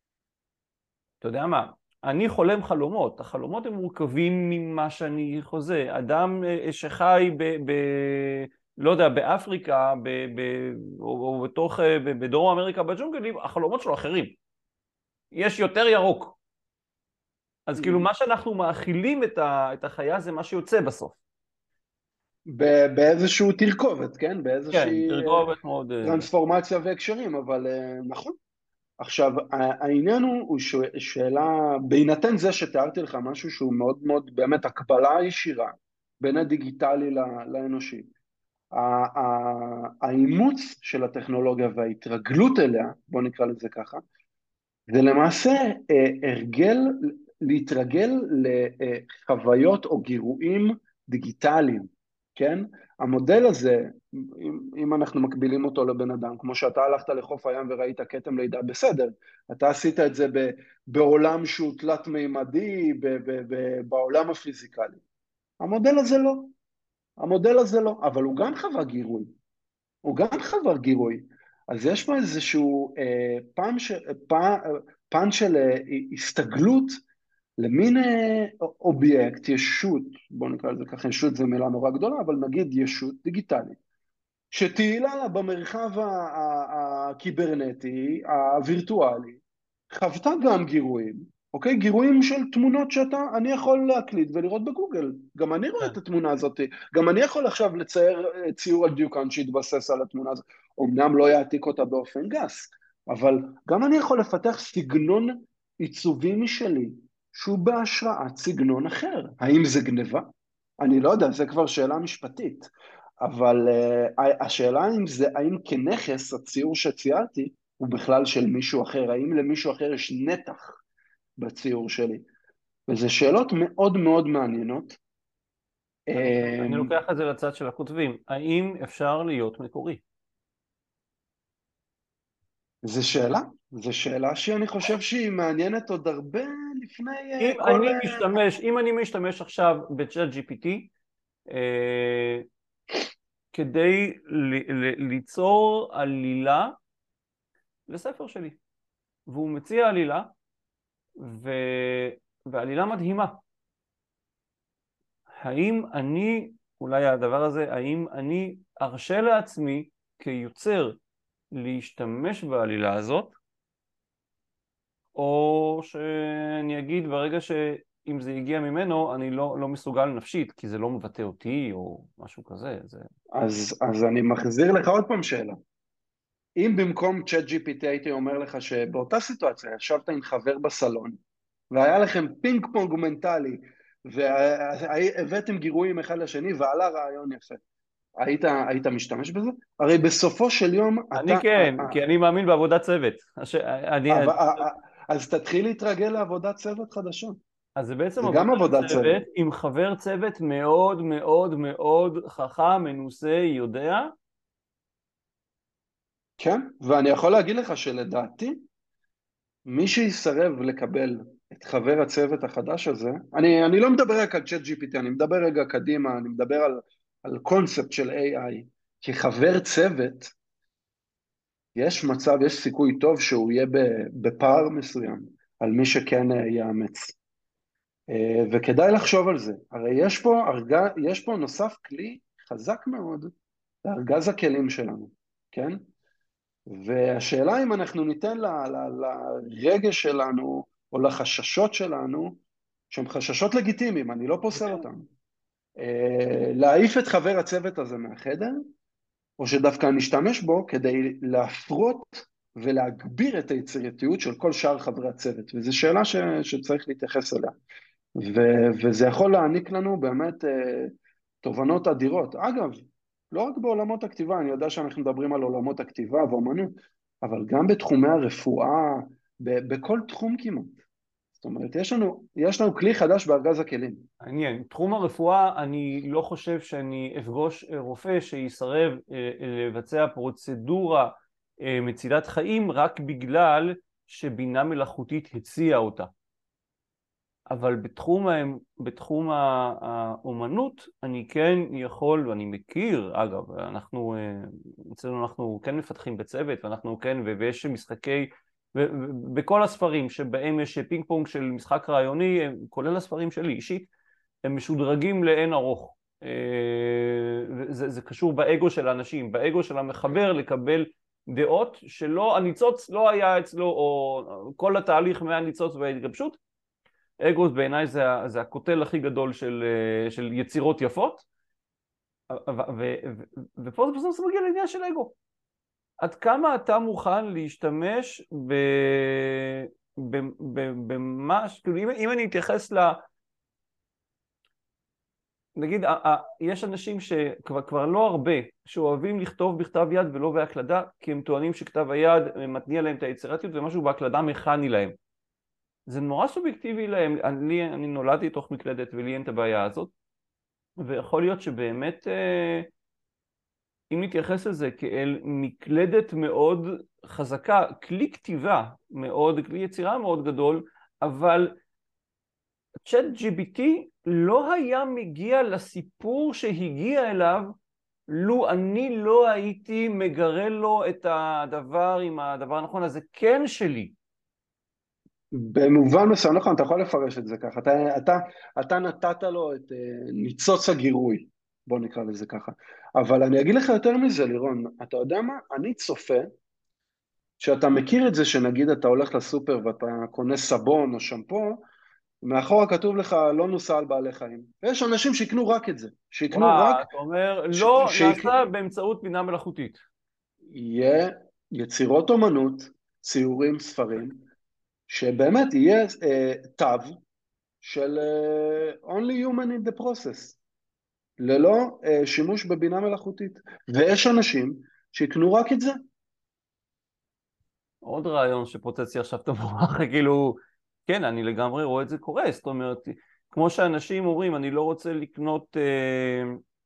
אתה יודע מה, אני חולם חלומות, החלומות הם מורכבים ממה שאני חוזה. אדם אה, שחי ב... ב לא יודע, באפריקה, ב, ב, או, או בתוך, אה, ב- בדרום אמריקה בג'ונגלים, החלומות שלו אחרים. יש יותר ירוק. אז כאילו מה שאנחנו מאכילים את, ה, את החיה זה מה שיוצא בסוף. ב- באיזשהו תרכובת, כן? כן, באיזושהי אה, תרגובת מאוד... אה, זה. טרנספורמציה והקשרים, אבל אה, נכון. עכשיו, ה- העניין הוא, הוא ש- שאלה, בהינתן זה שתיארתי לך משהו שהוא מאוד מאוד, באמת הקבלה ישירה בין הדיגיטלי ל- לאנושי. ה- ה- האימוץ של הטכנולוגיה וההתרגלות אליה, בוא נקרא לזה ככה, זה למעשה אה, הרגל, להתרגל לחוויות או גירויים דיגיטליים, כן? המודל הזה, אם, אם אנחנו מקבילים אותו לבן אדם, כמו שאתה הלכת לחוף הים וראית כתם לידה, בסדר, אתה עשית את זה ב, בעולם שהוא תלת-מימדי, ב, ב, ב, בעולם הפיזיקלי. המודל הזה לא, המודל הזה לא, אבל הוא גם חווה גירוי, הוא גם חבר גירוי. אז יש פה איזשהו אה, פן, ש, פן, פן של אה, הסתגלות למין אה, אובייקט, ישות, בואו נקרא לזה ככה, ישות זו מילה נורא גדולה, אבל נגיד ישות דיגיטלית, שתהילה לה במרחב ה- ה- הקיברנטי, הווירטואלי, חוותה גם גירויים, אוקיי? גירויים של תמונות שאתה, אני יכול להקליד ולראות בגוגל. גם אני רואה כן. את התמונה הזאת, גם אני יכול עכשיו לצייר אה, ציור על דיוקן שיתבסס על התמונה הזאת. אמנם לא יעתיק אותה באופן גס, אבל גם אני יכול לפתח סגנון עיצובי משלי, שהוא בהשראת סגנון אחר. האם זה גניבה? אני לא יודע, זה כבר שאלה משפטית. אבל uh, השאלה אם זה, האם כנכס הציור שציירתי הוא בכלל של מישהו אחר, האם למישהו אחר יש נתח בציור שלי? וזה שאלות מאוד מאוד מעניינות. אני, אני אמ, לוקח את זה לצד של הכותבים. האם אפשר להיות מקורי? זו שאלה, זו שאלה שאני חושב שהיא מעניינת עוד הרבה לפני אם uh, כל... אני Uh, משתמש, אם אני משתמש עכשיו בצ'אט ג'י פי טי, אה, כדי ל- ל- ליצור עלילה לספר שלי, והוא מציע עלילה, ו... ועלילה מדהימה. האם אני, אולי הדבר הזה, האם אני ארשה לעצמי כיוצר להשתמש בעלילה הזאת, או שאני אגיד ברגע שאם זה הגיע ממנו אני לא, לא מסוגל נפשית כי זה לא מבטא אותי או משהו כזה. זה... אז, אז אני מחזיר לך עוד פעם שאלה. אם במקום צ'אט ג'י פי טי הייתי אומר לך שבאותה סיטואציה ישבת עם חבר בסלון, והיה לכם פינג פונג מנטלי, והבאתם גירויים אחד לשני, ועלה רעיון יפה. היית, היית משתמש בזה? הרי בסופו של יום אני אתה... כן, כי אני מאמין בעבודת צוות. הש... אני... אז תתחיל להתרגל לעבודת צוות חדשה. אז זה בעצם זה גם עבודת עבודת צוות. צוות עם חבר צוות מאוד מאוד מאוד חכם, מנוסה, יודע. כן, ואני יכול להגיד לך שלדעתי, מי שיסרב לקבל את חבר הצוות החדש הזה, אני, אני לא מדבר רק על צ'אט ג'י פי טי, אני מדבר רגע קדימה, אני מדבר על, על קונספט של איי איי, כחבר צוות, יש מצב, יש סיכוי טוב שהוא יהיה בפער מסוים על מי שכן אה, יאמץ. אה, וכדאי לחשוב על זה. הרי יש פה, ארג... יש פה נוסף כלי חזק מאוד לארגז הכלים שלנו, כן? והשאלה אם אנחנו ניתן ל... ל... לרגש שלנו או לחששות שלנו, שהם חששות לגיטימיים, אני לא פוסל אותם, אה, להעיף את חבר הצוות הזה מהחדר, או שדווקא נשתמש בו כדי להפרות ולהגביר את היצירתיות של כל שאר חברי הצוות, וזו שאלה ש... שצריך להתייחס אליה. ו... וזה יכול להעניק לנו באמת אה, תובנות אדירות. אגב, לא רק בעולמות הכתיבה, אני יודע שאנחנו מדברים על עולמות הכתיבה ואומנות, אבל גם בתחומי הרפואה, ב... בכל תחום כמעט. זאת אומרת, יש לנו, יש לנו כלי חדש בארגז הכלים. מעניין. תחום הרפואה, אני לא חושב שאני אפגוש רופא שיסרב לבצע פרוצדורה מצילת חיים רק בגלל שבינה מלאכותית הציעה אותה. אבל בתחום, בתחום האומנות אני כן יכול, ואני מכיר, אגב, אנחנו, אצלנו אנחנו כן מפתחים בצוות, ואנחנו כן, ויש משחקי, בכל הספרים שבהם יש פינג פונג של משחק רעיוני, כולל הספרים שלי אישית, הם משודרגים לאין ארוך. זה, זה קשור באגו של האנשים, באגו של המחבר לקבל דעות שלא, הניצוץ לא היה אצלו, או כל התהליך מהניצוץ וההתגבשות, אגו בעיניי זה, זה הקוטל הכי גדול של, של יצירות יפות, ו, ו, ופה זה בסוף מגיע לעניין של אגו. עד כמה אתה מוכן להשתמש במשהו, כאילו אם, אם אני אתייחס ל... נגיד, יש אנשים שכבר כבר לא הרבה, שאוהבים לכתוב בכתב יד ולא בהקלדה, כי הם טוענים שכתב היד מתניע להם את היצירתיות ומשהו בהקלדה מכני להם. זה נורא סובייקטיבי להם, אני, אני נולדתי תוך מקלדת ולי אין את הבעיה הזאת, ויכול להיות שבאמת, אם נתייחס לזה כאל מקלדת מאוד חזקה, כלי כתיבה מאוד, כלי יצירה מאוד גדול, אבל צ'אט ג'י פי טי לא היה מגיע לסיפור שהגיע אליו, לו אני לא הייתי מגרה לו את הדבר עם הדבר הנכון, אז זה כן שלי. במובן מסוים, נכון, אתה יכול לפרש את זה ככה, אתה, אתה, אתה נתת לו את ניצוץ הגירוי, בוא נקרא לזה ככה, אבל אני אגיד לך יותר מזה, לירון, אתה יודע מה? אני צופה, שאתה מכיר את זה שנגיד אתה הולך לסופר ואתה קונה סבון או שמפו, מאחורה כתוב לך לא נוסע על בעלי חיים, ויש אנשים שיקנו רק את זה, שיקנו וואו, רק... אתה אומר, ש, לא שיק... נעשה באמצעות בינה מלאכותית. יהיה יצירות אומנות, ציורים, ספרים, שבאמת יהיה אה, תו של אה, only human in the process, ללא אה, שימוש בבינה מלאכותית. ויש אנשים שיקנו רק את זה. עוד רעיון שפוצץ לי עכשיו את המוח, כאילו, כן, אני לגמרי רואה את זה קורה, זאת אומרת, כמו שאנשים אומרים, אני לא רוצה לקנות, אה,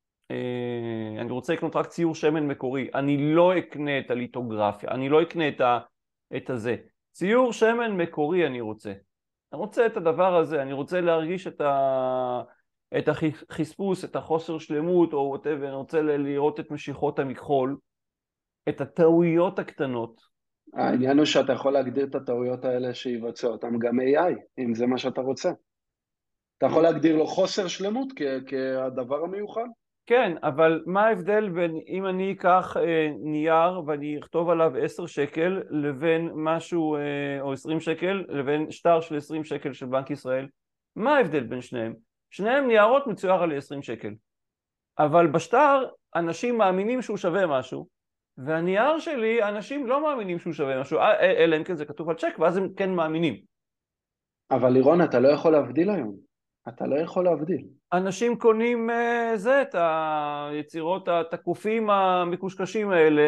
אה, אני רוצה לקנות רק ציור שמן מקורי, אני לא אקנה את הליטוגרפיה, אני לא אקנה את, ה, את הזה. ציור שמן מקורי אני רוצה. אני רוצה את הדבר הזה, אני רוצה להרגיש את, ה, את החספוס, את החוסר שלמות, או whatever, אני רוצה לראות את משיכות המכחול, את הטעויות הקטנות. העניין הוא שאתה יכול להגדיר את הטעויות האלה שיבצע אותם גם איי איי, אם זה מה שאתה רוצה. אתה יכול להגדיר לו חוסר שלמות כ- כהדבר המיוחד. כן, אבל מה ההבדל בין אם אני אקח אה, נייר ואני אכתוב עליו עשר שקל לבין משהו, אה, או עשרים שקל, לבין שטר של עשרים שקל של בנק ישראל? מה ההבדל בין שניהם? שניהם ניירות מצויר על עשרים שקל. אבל בשטר אנשים מאמינים שהוא שווה משהו, והנייר שלי אנשים לא מאמינים שהוא שווה משהו, אלא אם כן זה כתוב על צ'ק, ואז הם כן מאמינים. אבל לירון, אתה לא יכול להבדיל היום. אתה לא יכול להבדיל. אנשים קונים uh, זה, את היצירות התקופים המקושקשים האלה,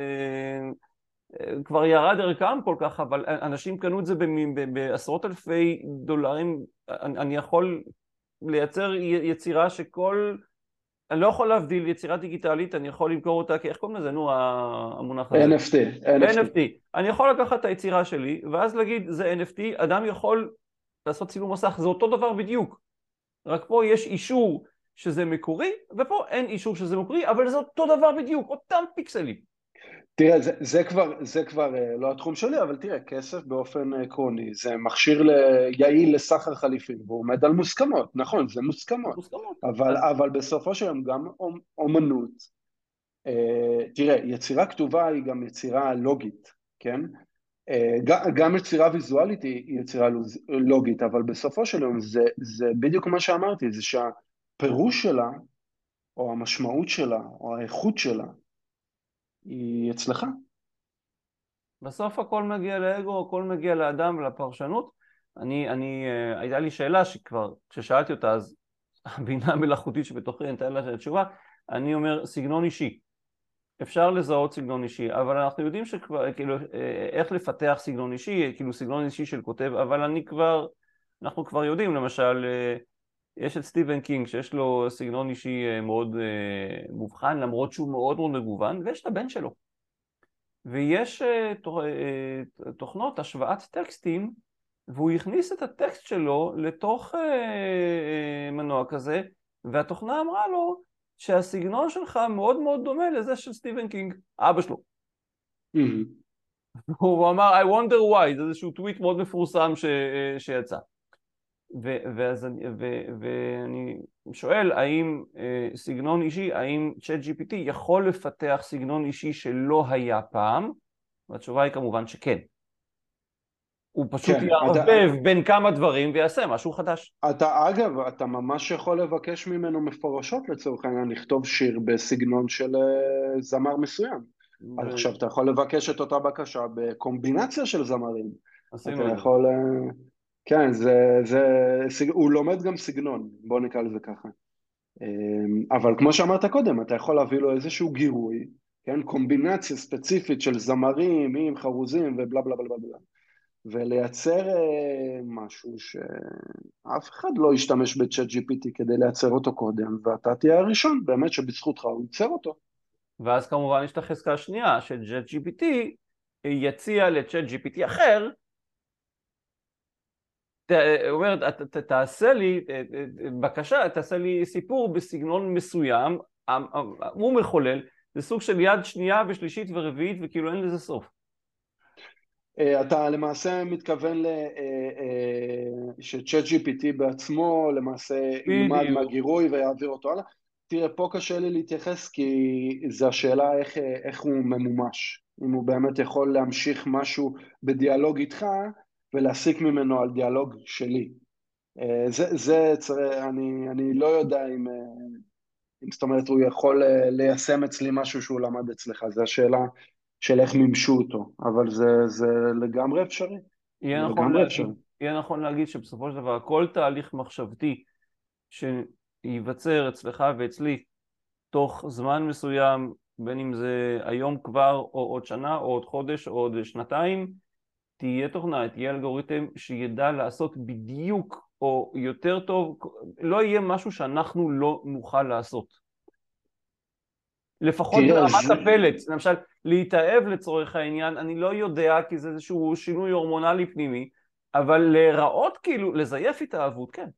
uh, uh, כבר ירד ערכם כל כך, אבל אנשים קנו את זה בעשרות אלפי דולרים. אני, אני יכול לייצר יצירה שכל, אני לא יכול להבדיל יצירה דיגיטלית, אני יכול למכור אותה, איך קוראים לזה, נו, המונח הזה? אן אף טי. אן אף טי. אני יכול לקחת את היצירה שלי, ואז להגיד, זה אן אף טי, אדם יכול לעשות צילום מסך, זה אותו דבר בדיוק. רק פה יש אישור שזה מקורי, ופה אין אישור שזה מקורי, אבל זה אותו דבר בדיוק, אותם פיקסלים. תראה, זה, זה כבר, זה כבר לא התחום שלי, אבל תראה, כסף באופן עקרוני, זה מכשיר יעיל לסחר חליפין, והוא עומד על מוסכמות, נכון, זה מוסכמות, מוסכמות. אבל, אבל בסופו של יום גם אומנות, תראה, יצירה כתובה היא גם יצירה לוגית, כן? גם יצירה ויזואלית היא יצירה לוגית, אבל בסופו של יום זה, זה בדיוק מה שאמרתי, זה שהפירוש שלה, או המשמעות שלה, או האיכות שלה, היא אצלך. בסוף הכל מגיע לאגו, הכל מגיע לאדם ולפרשנות. אני, אני, הייתה לי שאלה שכבר, כששאלתי אותה, אז הבינה המלאכותית שבתוכי נתן לה תשובה, אני אומר, סגנון אישי. אפשר לזהות סגנון אישי, אבל אנחנו יודעים שכבר, כאילו, איך לפתח סגנון אישי, כאילו סגנון אישי של כותב, אבל אני כבר, אנחנו כבר יודעים, למשל, יש את סטיבן קינג שיש לו סגנון אישי מאוד מובחן, למרות שהוא מאוד מאוד מגוון, ויש את הבן שלו. ויש תוכנות השוואת טקסטים, והוא הכניס את הטקסט שלו לתוך מנוע כזה, והתוכנה אמרה לו שהסגנון שלך מאוד מאוד דומה לזה של סטיבן קינג, אבא שלו. הוא אמר, I wonder why, זה איזשהו טוויט מאוד מפורסם ש... שיצא. ו... ואז אני... ו... ואני שואל, האם סגנון אישי, האם צ'אט ג'י פי טי יכול לפתח סגנון אישי שלא היה פעם? והתשובה היא כמובן שכן. הוא פשוט כן, יערבב אתה, בין כמה דברים ויעשה משהו חדש. אתה, אגב, אתה ממש יכול לבקש ממנו מפורשות לצורך העניין, לכתוב שיר בסגנון של אה, זמר מסוים. אז ו... עכשיו אתה יכול לבקש את אותה בקשה בקומבינציה של זמרים. אתה עשינו את זה. יכול... אה, כן, זה, זה, סג... הוא לומד גם סגנון, בוא נקרא לזה ככה. אה, אבל כמו שאמרת קודם, אתה יכול להביא לו איזשהו גירוי, כן, קומבינציה ספציפית של זמרים עם חרוזים ובלה בלה בלה בלה בלה. ולייצר אה, משהו שאף אחד לא ישתמש בצ'אט ג'י פי טי כדי לייצר אותו קודם, ואתה תהיה הראשון, באמת שבזכותך הוא ייצר אותו. ואז כמובן יש את החזקה השנייה, שצ'אט ג'י פי טי יציע לצ'אט ג'י פי טי אחר, הוא אומר, ת, ת, תעשה לי בקשה, תעשה לי סיפור בסגנון מסוים, הוא מחולל, זה סוג של יד שנייה ושלישית ורביעית, וכאילו אין לזה סוף. אתה למעשה מתכוון שצ'אט ג'י פי טי בעצמו למעשה ילמד בדיוק. מהגירוי ויעביר אותו הלאה. תראה, פה קשה לי להתייחס כי זו השאלה איך, איך הוא ממומש. אם הוא באמת יכול להמשיך משהו בדיאלוג איתך ולהסיק ממנו על דיאלוג שלי. זה, זה אני, אני לא יודע אם, אם זאת אומרת הוא יכול ליישם אצלי משהו שהוא למד אצלך. זו השאלה של איך מימשו אותו, אבל זה, זה לגמרי אפשרי. יהיה זה נכון לגמרי אפשרי. להגיד, יהיה נכון להגיד שבסופו של דבר כל תהליך מחשבתי שייווצר אצלך ואצלי תוך זמן מסוים, בין אם זה היום כבר או עוד שנה או עוד חודש או עוד שנתיים, תהיה תוכנה, תהיה אלגוריתם שידע לעשות בדיוק או יותר טוב, לא יהיה משהו שאנחנו לא נוכל לעשות. לפחות תראה, ברמת זה, הפלט, למשל להתאהב לצורך העניין, אני לא יודע כי זה איזשהו שינוי הורמונלי פנימי, אבל להיראות כאילו, לזייף התאהבות, כן.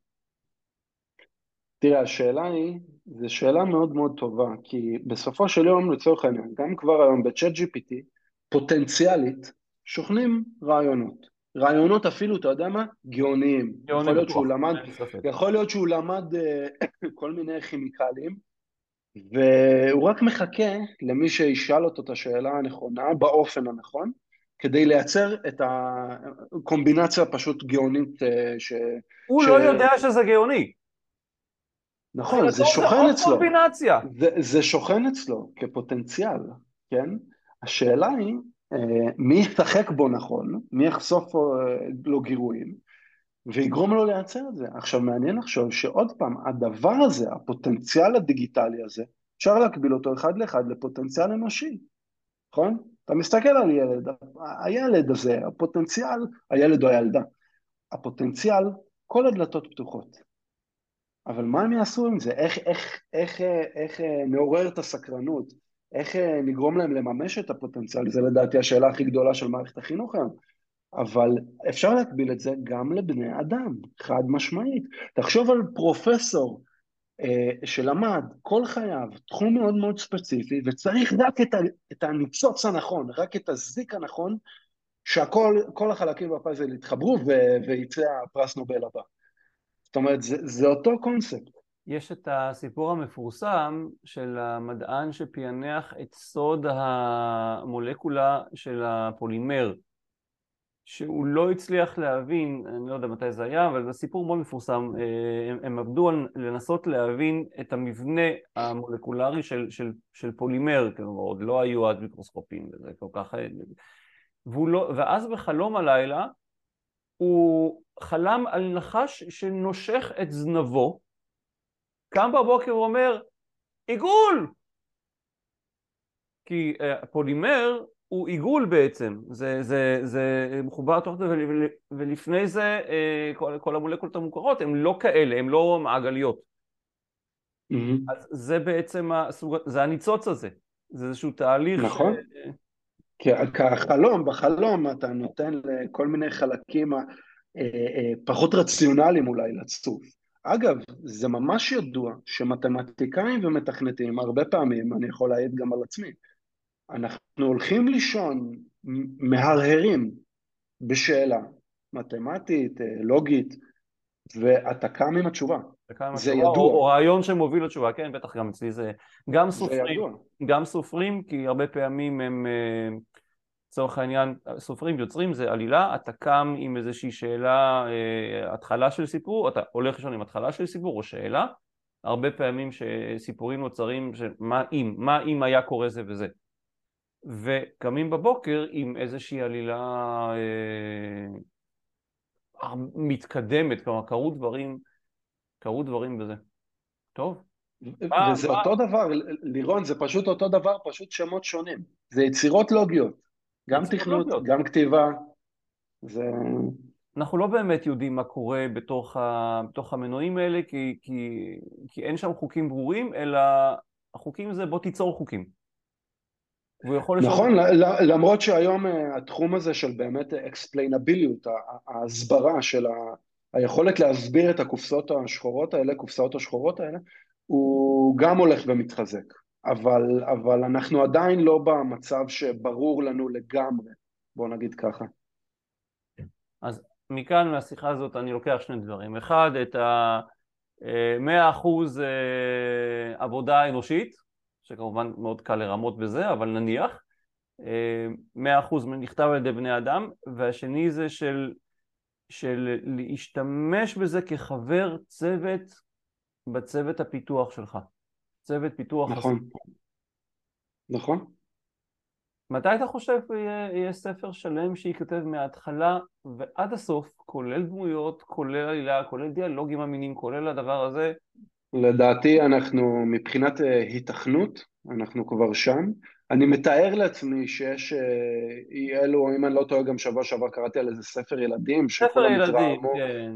תראה, השאלה היא, זו שאלה מאוד מאוד טובה, כי בסופו של יום, לצורך העניין, גם כבר היום בצ'אט ג'י פי טי, פוטנציאלית, שוכנים רעיונות. רעיונות אפילו, אתה יודע מה? גאוניים. גאוני יכול להיות שהוא בטוח, למד, אין ספק. יכול להיות שהוא למד אה, כל מיני כימיקלים, והוא רק מחכה למי שישאל אותו את השאלה הנכונה, באופן הנכון, כדי לייצר את הקומבינציה הפשוט גאונית אה, ש... הוא ש... לא יודע שזה גאוני. נכון, מבחינתו זה זה שוכן עוד אצלו, קומבינציה. זה, זה שוכן אצלו כפוטנציאל, כן? השאלה היא, אה, מי ישחק בו נכון, מי יחשוף אה, לו גירויים, ויגרום לו לייצר את זה. עכשיו מעניין לחשוב שעוד פעם, הדבר הזה, הפוטנציאל הדיגיטלי הזה, אפשר להקביל אותו אחד לאחד לפוטנציאל אנושי, נכון? אתה מסתכל על ילד, הילד הזה, הפוטנציאל, הילד או הילדה, הפוטנציאל, כל הדלתות פתוחות. אבל מה הם יעשו עם זה? איך, איך, איך, איך נעורר את הסקרנות? איך נגרום להם לממש את הפוטנציאל? זה לדעתי השאלה הכי גדולה של מערכת החינוך היום. אבל אפשר להקביל את זה גם לבני אדם, חד משמעית. תחשוב על פרופסור אה, שלמד כל חייו תחום מאוד מאוד ספציפי, וצריך רק את, ה, את הניצוץ הנכון, רק את הזיק הנכון, שהכל, כל החלקים בפאזל יתחברו ו- ויצא הפרס נובל הבא. זאת אומרת, זה, זה אותו קונספט. יש את הסיפור המפורסם של המדען שפענח את סוד המולקולה של הפולימר, שהוא לא הצליח להבין, אני לא יודע מתי זה היה, אבל זה סיפור מאוד מפורסם, הם, הם עבדו על לנסות להבין את המבנה המולקולרי של, של, של פולימר, כלומר עוד לא היו עד מיקרוסקופים, וזה כל כך... והוא לא, ואז בחלום הלילה הוא חלם על נחש שנושך את זנבו, קם בבוקר ואומר, עיגול! כי הפולימר הוא עיגול בעצם, זה, זה, זה מחובר תוך זה, ול, ולפני זה כל, כל המולקולות המוכרות הן לא כאלה, הן לא מעגליות. Mm-hmm. אז זה בעצם הסוג, זה הניצוץ הזה, זה איזשהו תהליך ש... נכון. כי החלום, בחלום אתה נותן לכל מיני חלקים אה, אה, פחות רציונליים אולי לצוף. אגב, זה ממש ידוע שמתמטיקאים ומתכנתים, הרבה פעמים, אני יכול להעיד גם על עצמי, אנחנו הולכים לישון מהרהרים בשאלה מתמטית, אה, לוגית, ואתה קם עם התשובה. זה התשובה, או, ידוע, או רעיון שמוביל לתשובה, כן, בטח גם אצלי זה, גם זה סופרים, ידוע. גם סופרים, כי הרבה פעמים הם, לצורך העניין, סופרים יוצרים זה עלילה, אתה קם עם איזושהי שאלה, אה, התחלה של סיפור, אתה הולך לישון עם התחלה של סיפור או שאלה, הרבה פעמים שסיפורים נוצרים, מה אם, מה אם היה קורה זה וזה, וקמים בבוקר עם איזושהי עלילה אה, מתקדמת, כלומר קרו דברים, קרו דברים בזה. טוב. מה, וזה מה? אותו דבר, לירון, זה פשוט אותו דבר, פשוט שמות שונים. זה יצירות לוגיות, גם יצירות תכנות, לוגיות. גם כתיבה. זה... אנחנו לא באמת יודעים מה קורה בתוך, ה, בתוך המנועים האלה, כי, כי, כי אין שם חוקים ברורים, אלא החוקים זה בוא תיצור חוקים. והוא יכול לשאול... נכון, למרות שהיום התחום הזה של באמת explainability, ההסברה של ה... היכולת להסביר את הקופסאות השחורות האלה, קופסאות השחורות האלה, הוא גם הולך ומתחזק. אבל, אבל אנחנו עדיין לא במצב שברור לנו לגמרי, בוא נגיד ככה. אז מכאן מהשיחה הזאת אני לוקח שני דברים. אחד, את ה-מאה אחוז עבודה אנושית, שכמובן מאוד קל לרמות בזה, אבל נניח, מאה אחוז נכתב על ידי בני אדם, והשני זה של, של להשתמש בזה כחבר צוות בצוות הפיתוח שלך. צוות פיתוח נכון. הסיפור. נכון. מתי אתה חושב יהיה, יהיה ספר שלם שייכתב מההתחלה ועד הסוף, כולל דמויות, כולל עלילה, כולל דיאלוגים אמינים, כולל הדבר הזה? לדעתי אנחנו, מבחינת היתכנות, אנחנו כבר שם. אני מתאר לעצמי שיש אי אלו, אם אני לא טועה, גם שבוע שעבר קראתי על איזה ספר ילדים ספר שכולם ילדים, התרעמו. כן.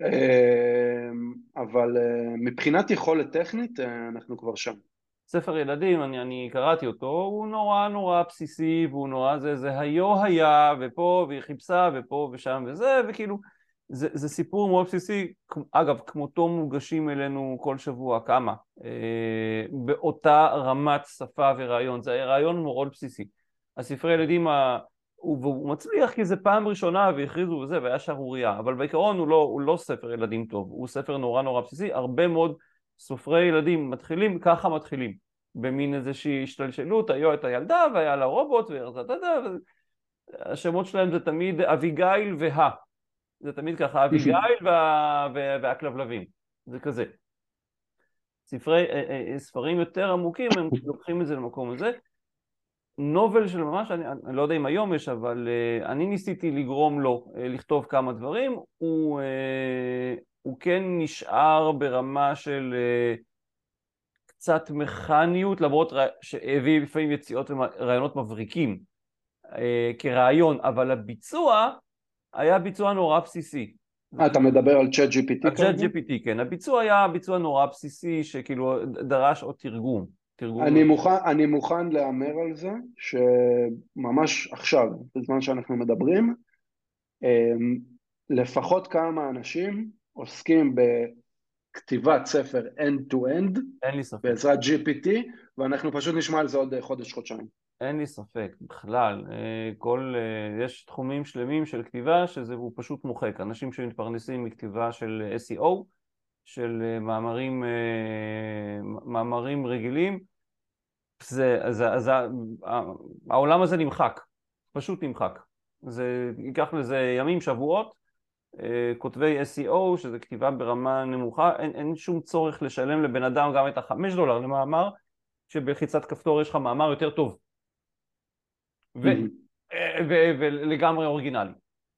אבל מבחינת יכולת טכנית, אנחנו כבר שם. ספר ילדים, אני, אני קראתי אותו, הוא נורא נורא בסיסי, והוא נורא זה, זה היו היה, ופה, והיא חיפשה, ופה ושם וזה, וכאילו, זה, זה סיפור מאוד בסיסי, אגב, כמותו מוגשים אלינו כל שבוע, כמה, אה, באותה רמת שפה ורעיון, זה רעיון מאוד בסיסי. הספרי ילדים, ה... הוא, הוא מצליח כי זה פעם ראשונה והכריזו וזה, והיה שערוריה, אבל בעיקרון הוא לא, הוא לא ספר ילדים טוב, הוא ספר נורא נורא בסיסי, הרבה מאוד סופרי ילדים מתחילים, ככה מתחילים, במין איזושהי השתלשלות, היו את הילדה והיה לה רובוט, והשמות שלהם זה תמיד אביגיל וה, זה תמיד ככה, אביגיל וה... והכלבלבים, זה כזה. ספרי, ספרים יותר עמוקים, הם לוקחים את זה למקום הזה. נובל של ממש, אני, אני לא יודע אם היום יש, אבל uh, אני ניסיתי לגרום לו uh, לכתוב כמה דברים, הוא, uh, הוא כן נשאר ברמה של uh, קצת מכניות, למרות שהביא לפעמים יציאות ורעיונות מבריקים uh, כרעיון, אבל הביצוע היה ביצוע נורא בסיסי. אתה מדבר על צ'אט ג'י פי טי כרגע? צ'אט ג'י פי טי, כן. הביצוע היה ביצוע נורא בסיסי, שכאילו דרש עוד תרגום. אני מוכן, אני מוכן לאמר על זה, שממש עכשיו, בזמן שאנחנו מדברים, לפחות כמה אנשים עוסקים בכתיבת ספר end-to-end, אין לי ספק. בעזרת ג'י פי טי, ואנחנו פשוט נשמע על זה עוד חודש-חודשיים. אין לי ספק, בכלל. כל, יש תחומים שלמים של כתיבה שזה הוא פשוט מוחק. אנשים שמתפרנסים מכתיבה של אס אי או, של מאמרים, מאמרים רגילים, זה, זה, זה, העולם הזה נמחק, פשוט נמחק. זה ייקח לזה ימים, שבועות, כותבי אס אי או, שזה כתיבה ברמה נמוכה, אין, אין שום צורך לשלם לבן אדם גם את החמש דולר למאמר, שבלחיצת כפתור יש לך מאמר יותר טוב. ו, ו, ו, ולגמרי אוריגינלי.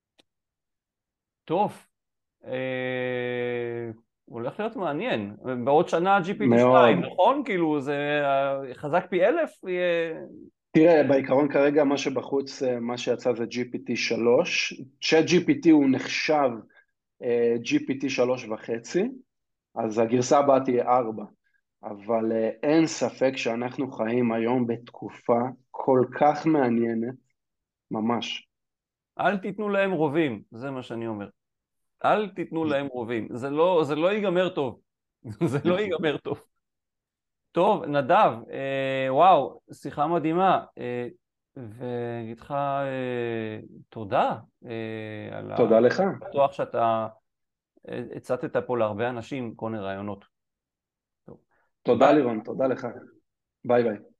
טוב. אה... הולך להיות מעניין, בעוד שנה ג'י פי טי שתיים, נכון? כאילו זה חזק פי אלף? תראה, בעיקרון כרגע מה שבחוץ, מה שיצא זה ג'י פי טי שלוש, צ'אט ג'י פי טי הוא נחשב ג'י פי טי שלוש וחצי, אז הגרסה הבאה תהיה ארבע, אבל אה, אין ספק שאנחנו חיים היום בתקופה כל כך מעניינת, ממש. אל תיתנו להם רובים, זה מה שאני אומר. אל תיתנו להם רובים, זה לא, זה לא ייגמר טוב. זה לא ייגמר טוב. טוב, נדב, אה, וואו, שיחה מדהימה, אה, ואגיד לך אה, תודה אה, על תודה לך. הבטוח שאתה אה, הצטת פה להרבה אנשים כל מיני רעיונות. טוב, תודה ביי. לירון, תודה לך. ביי ביי.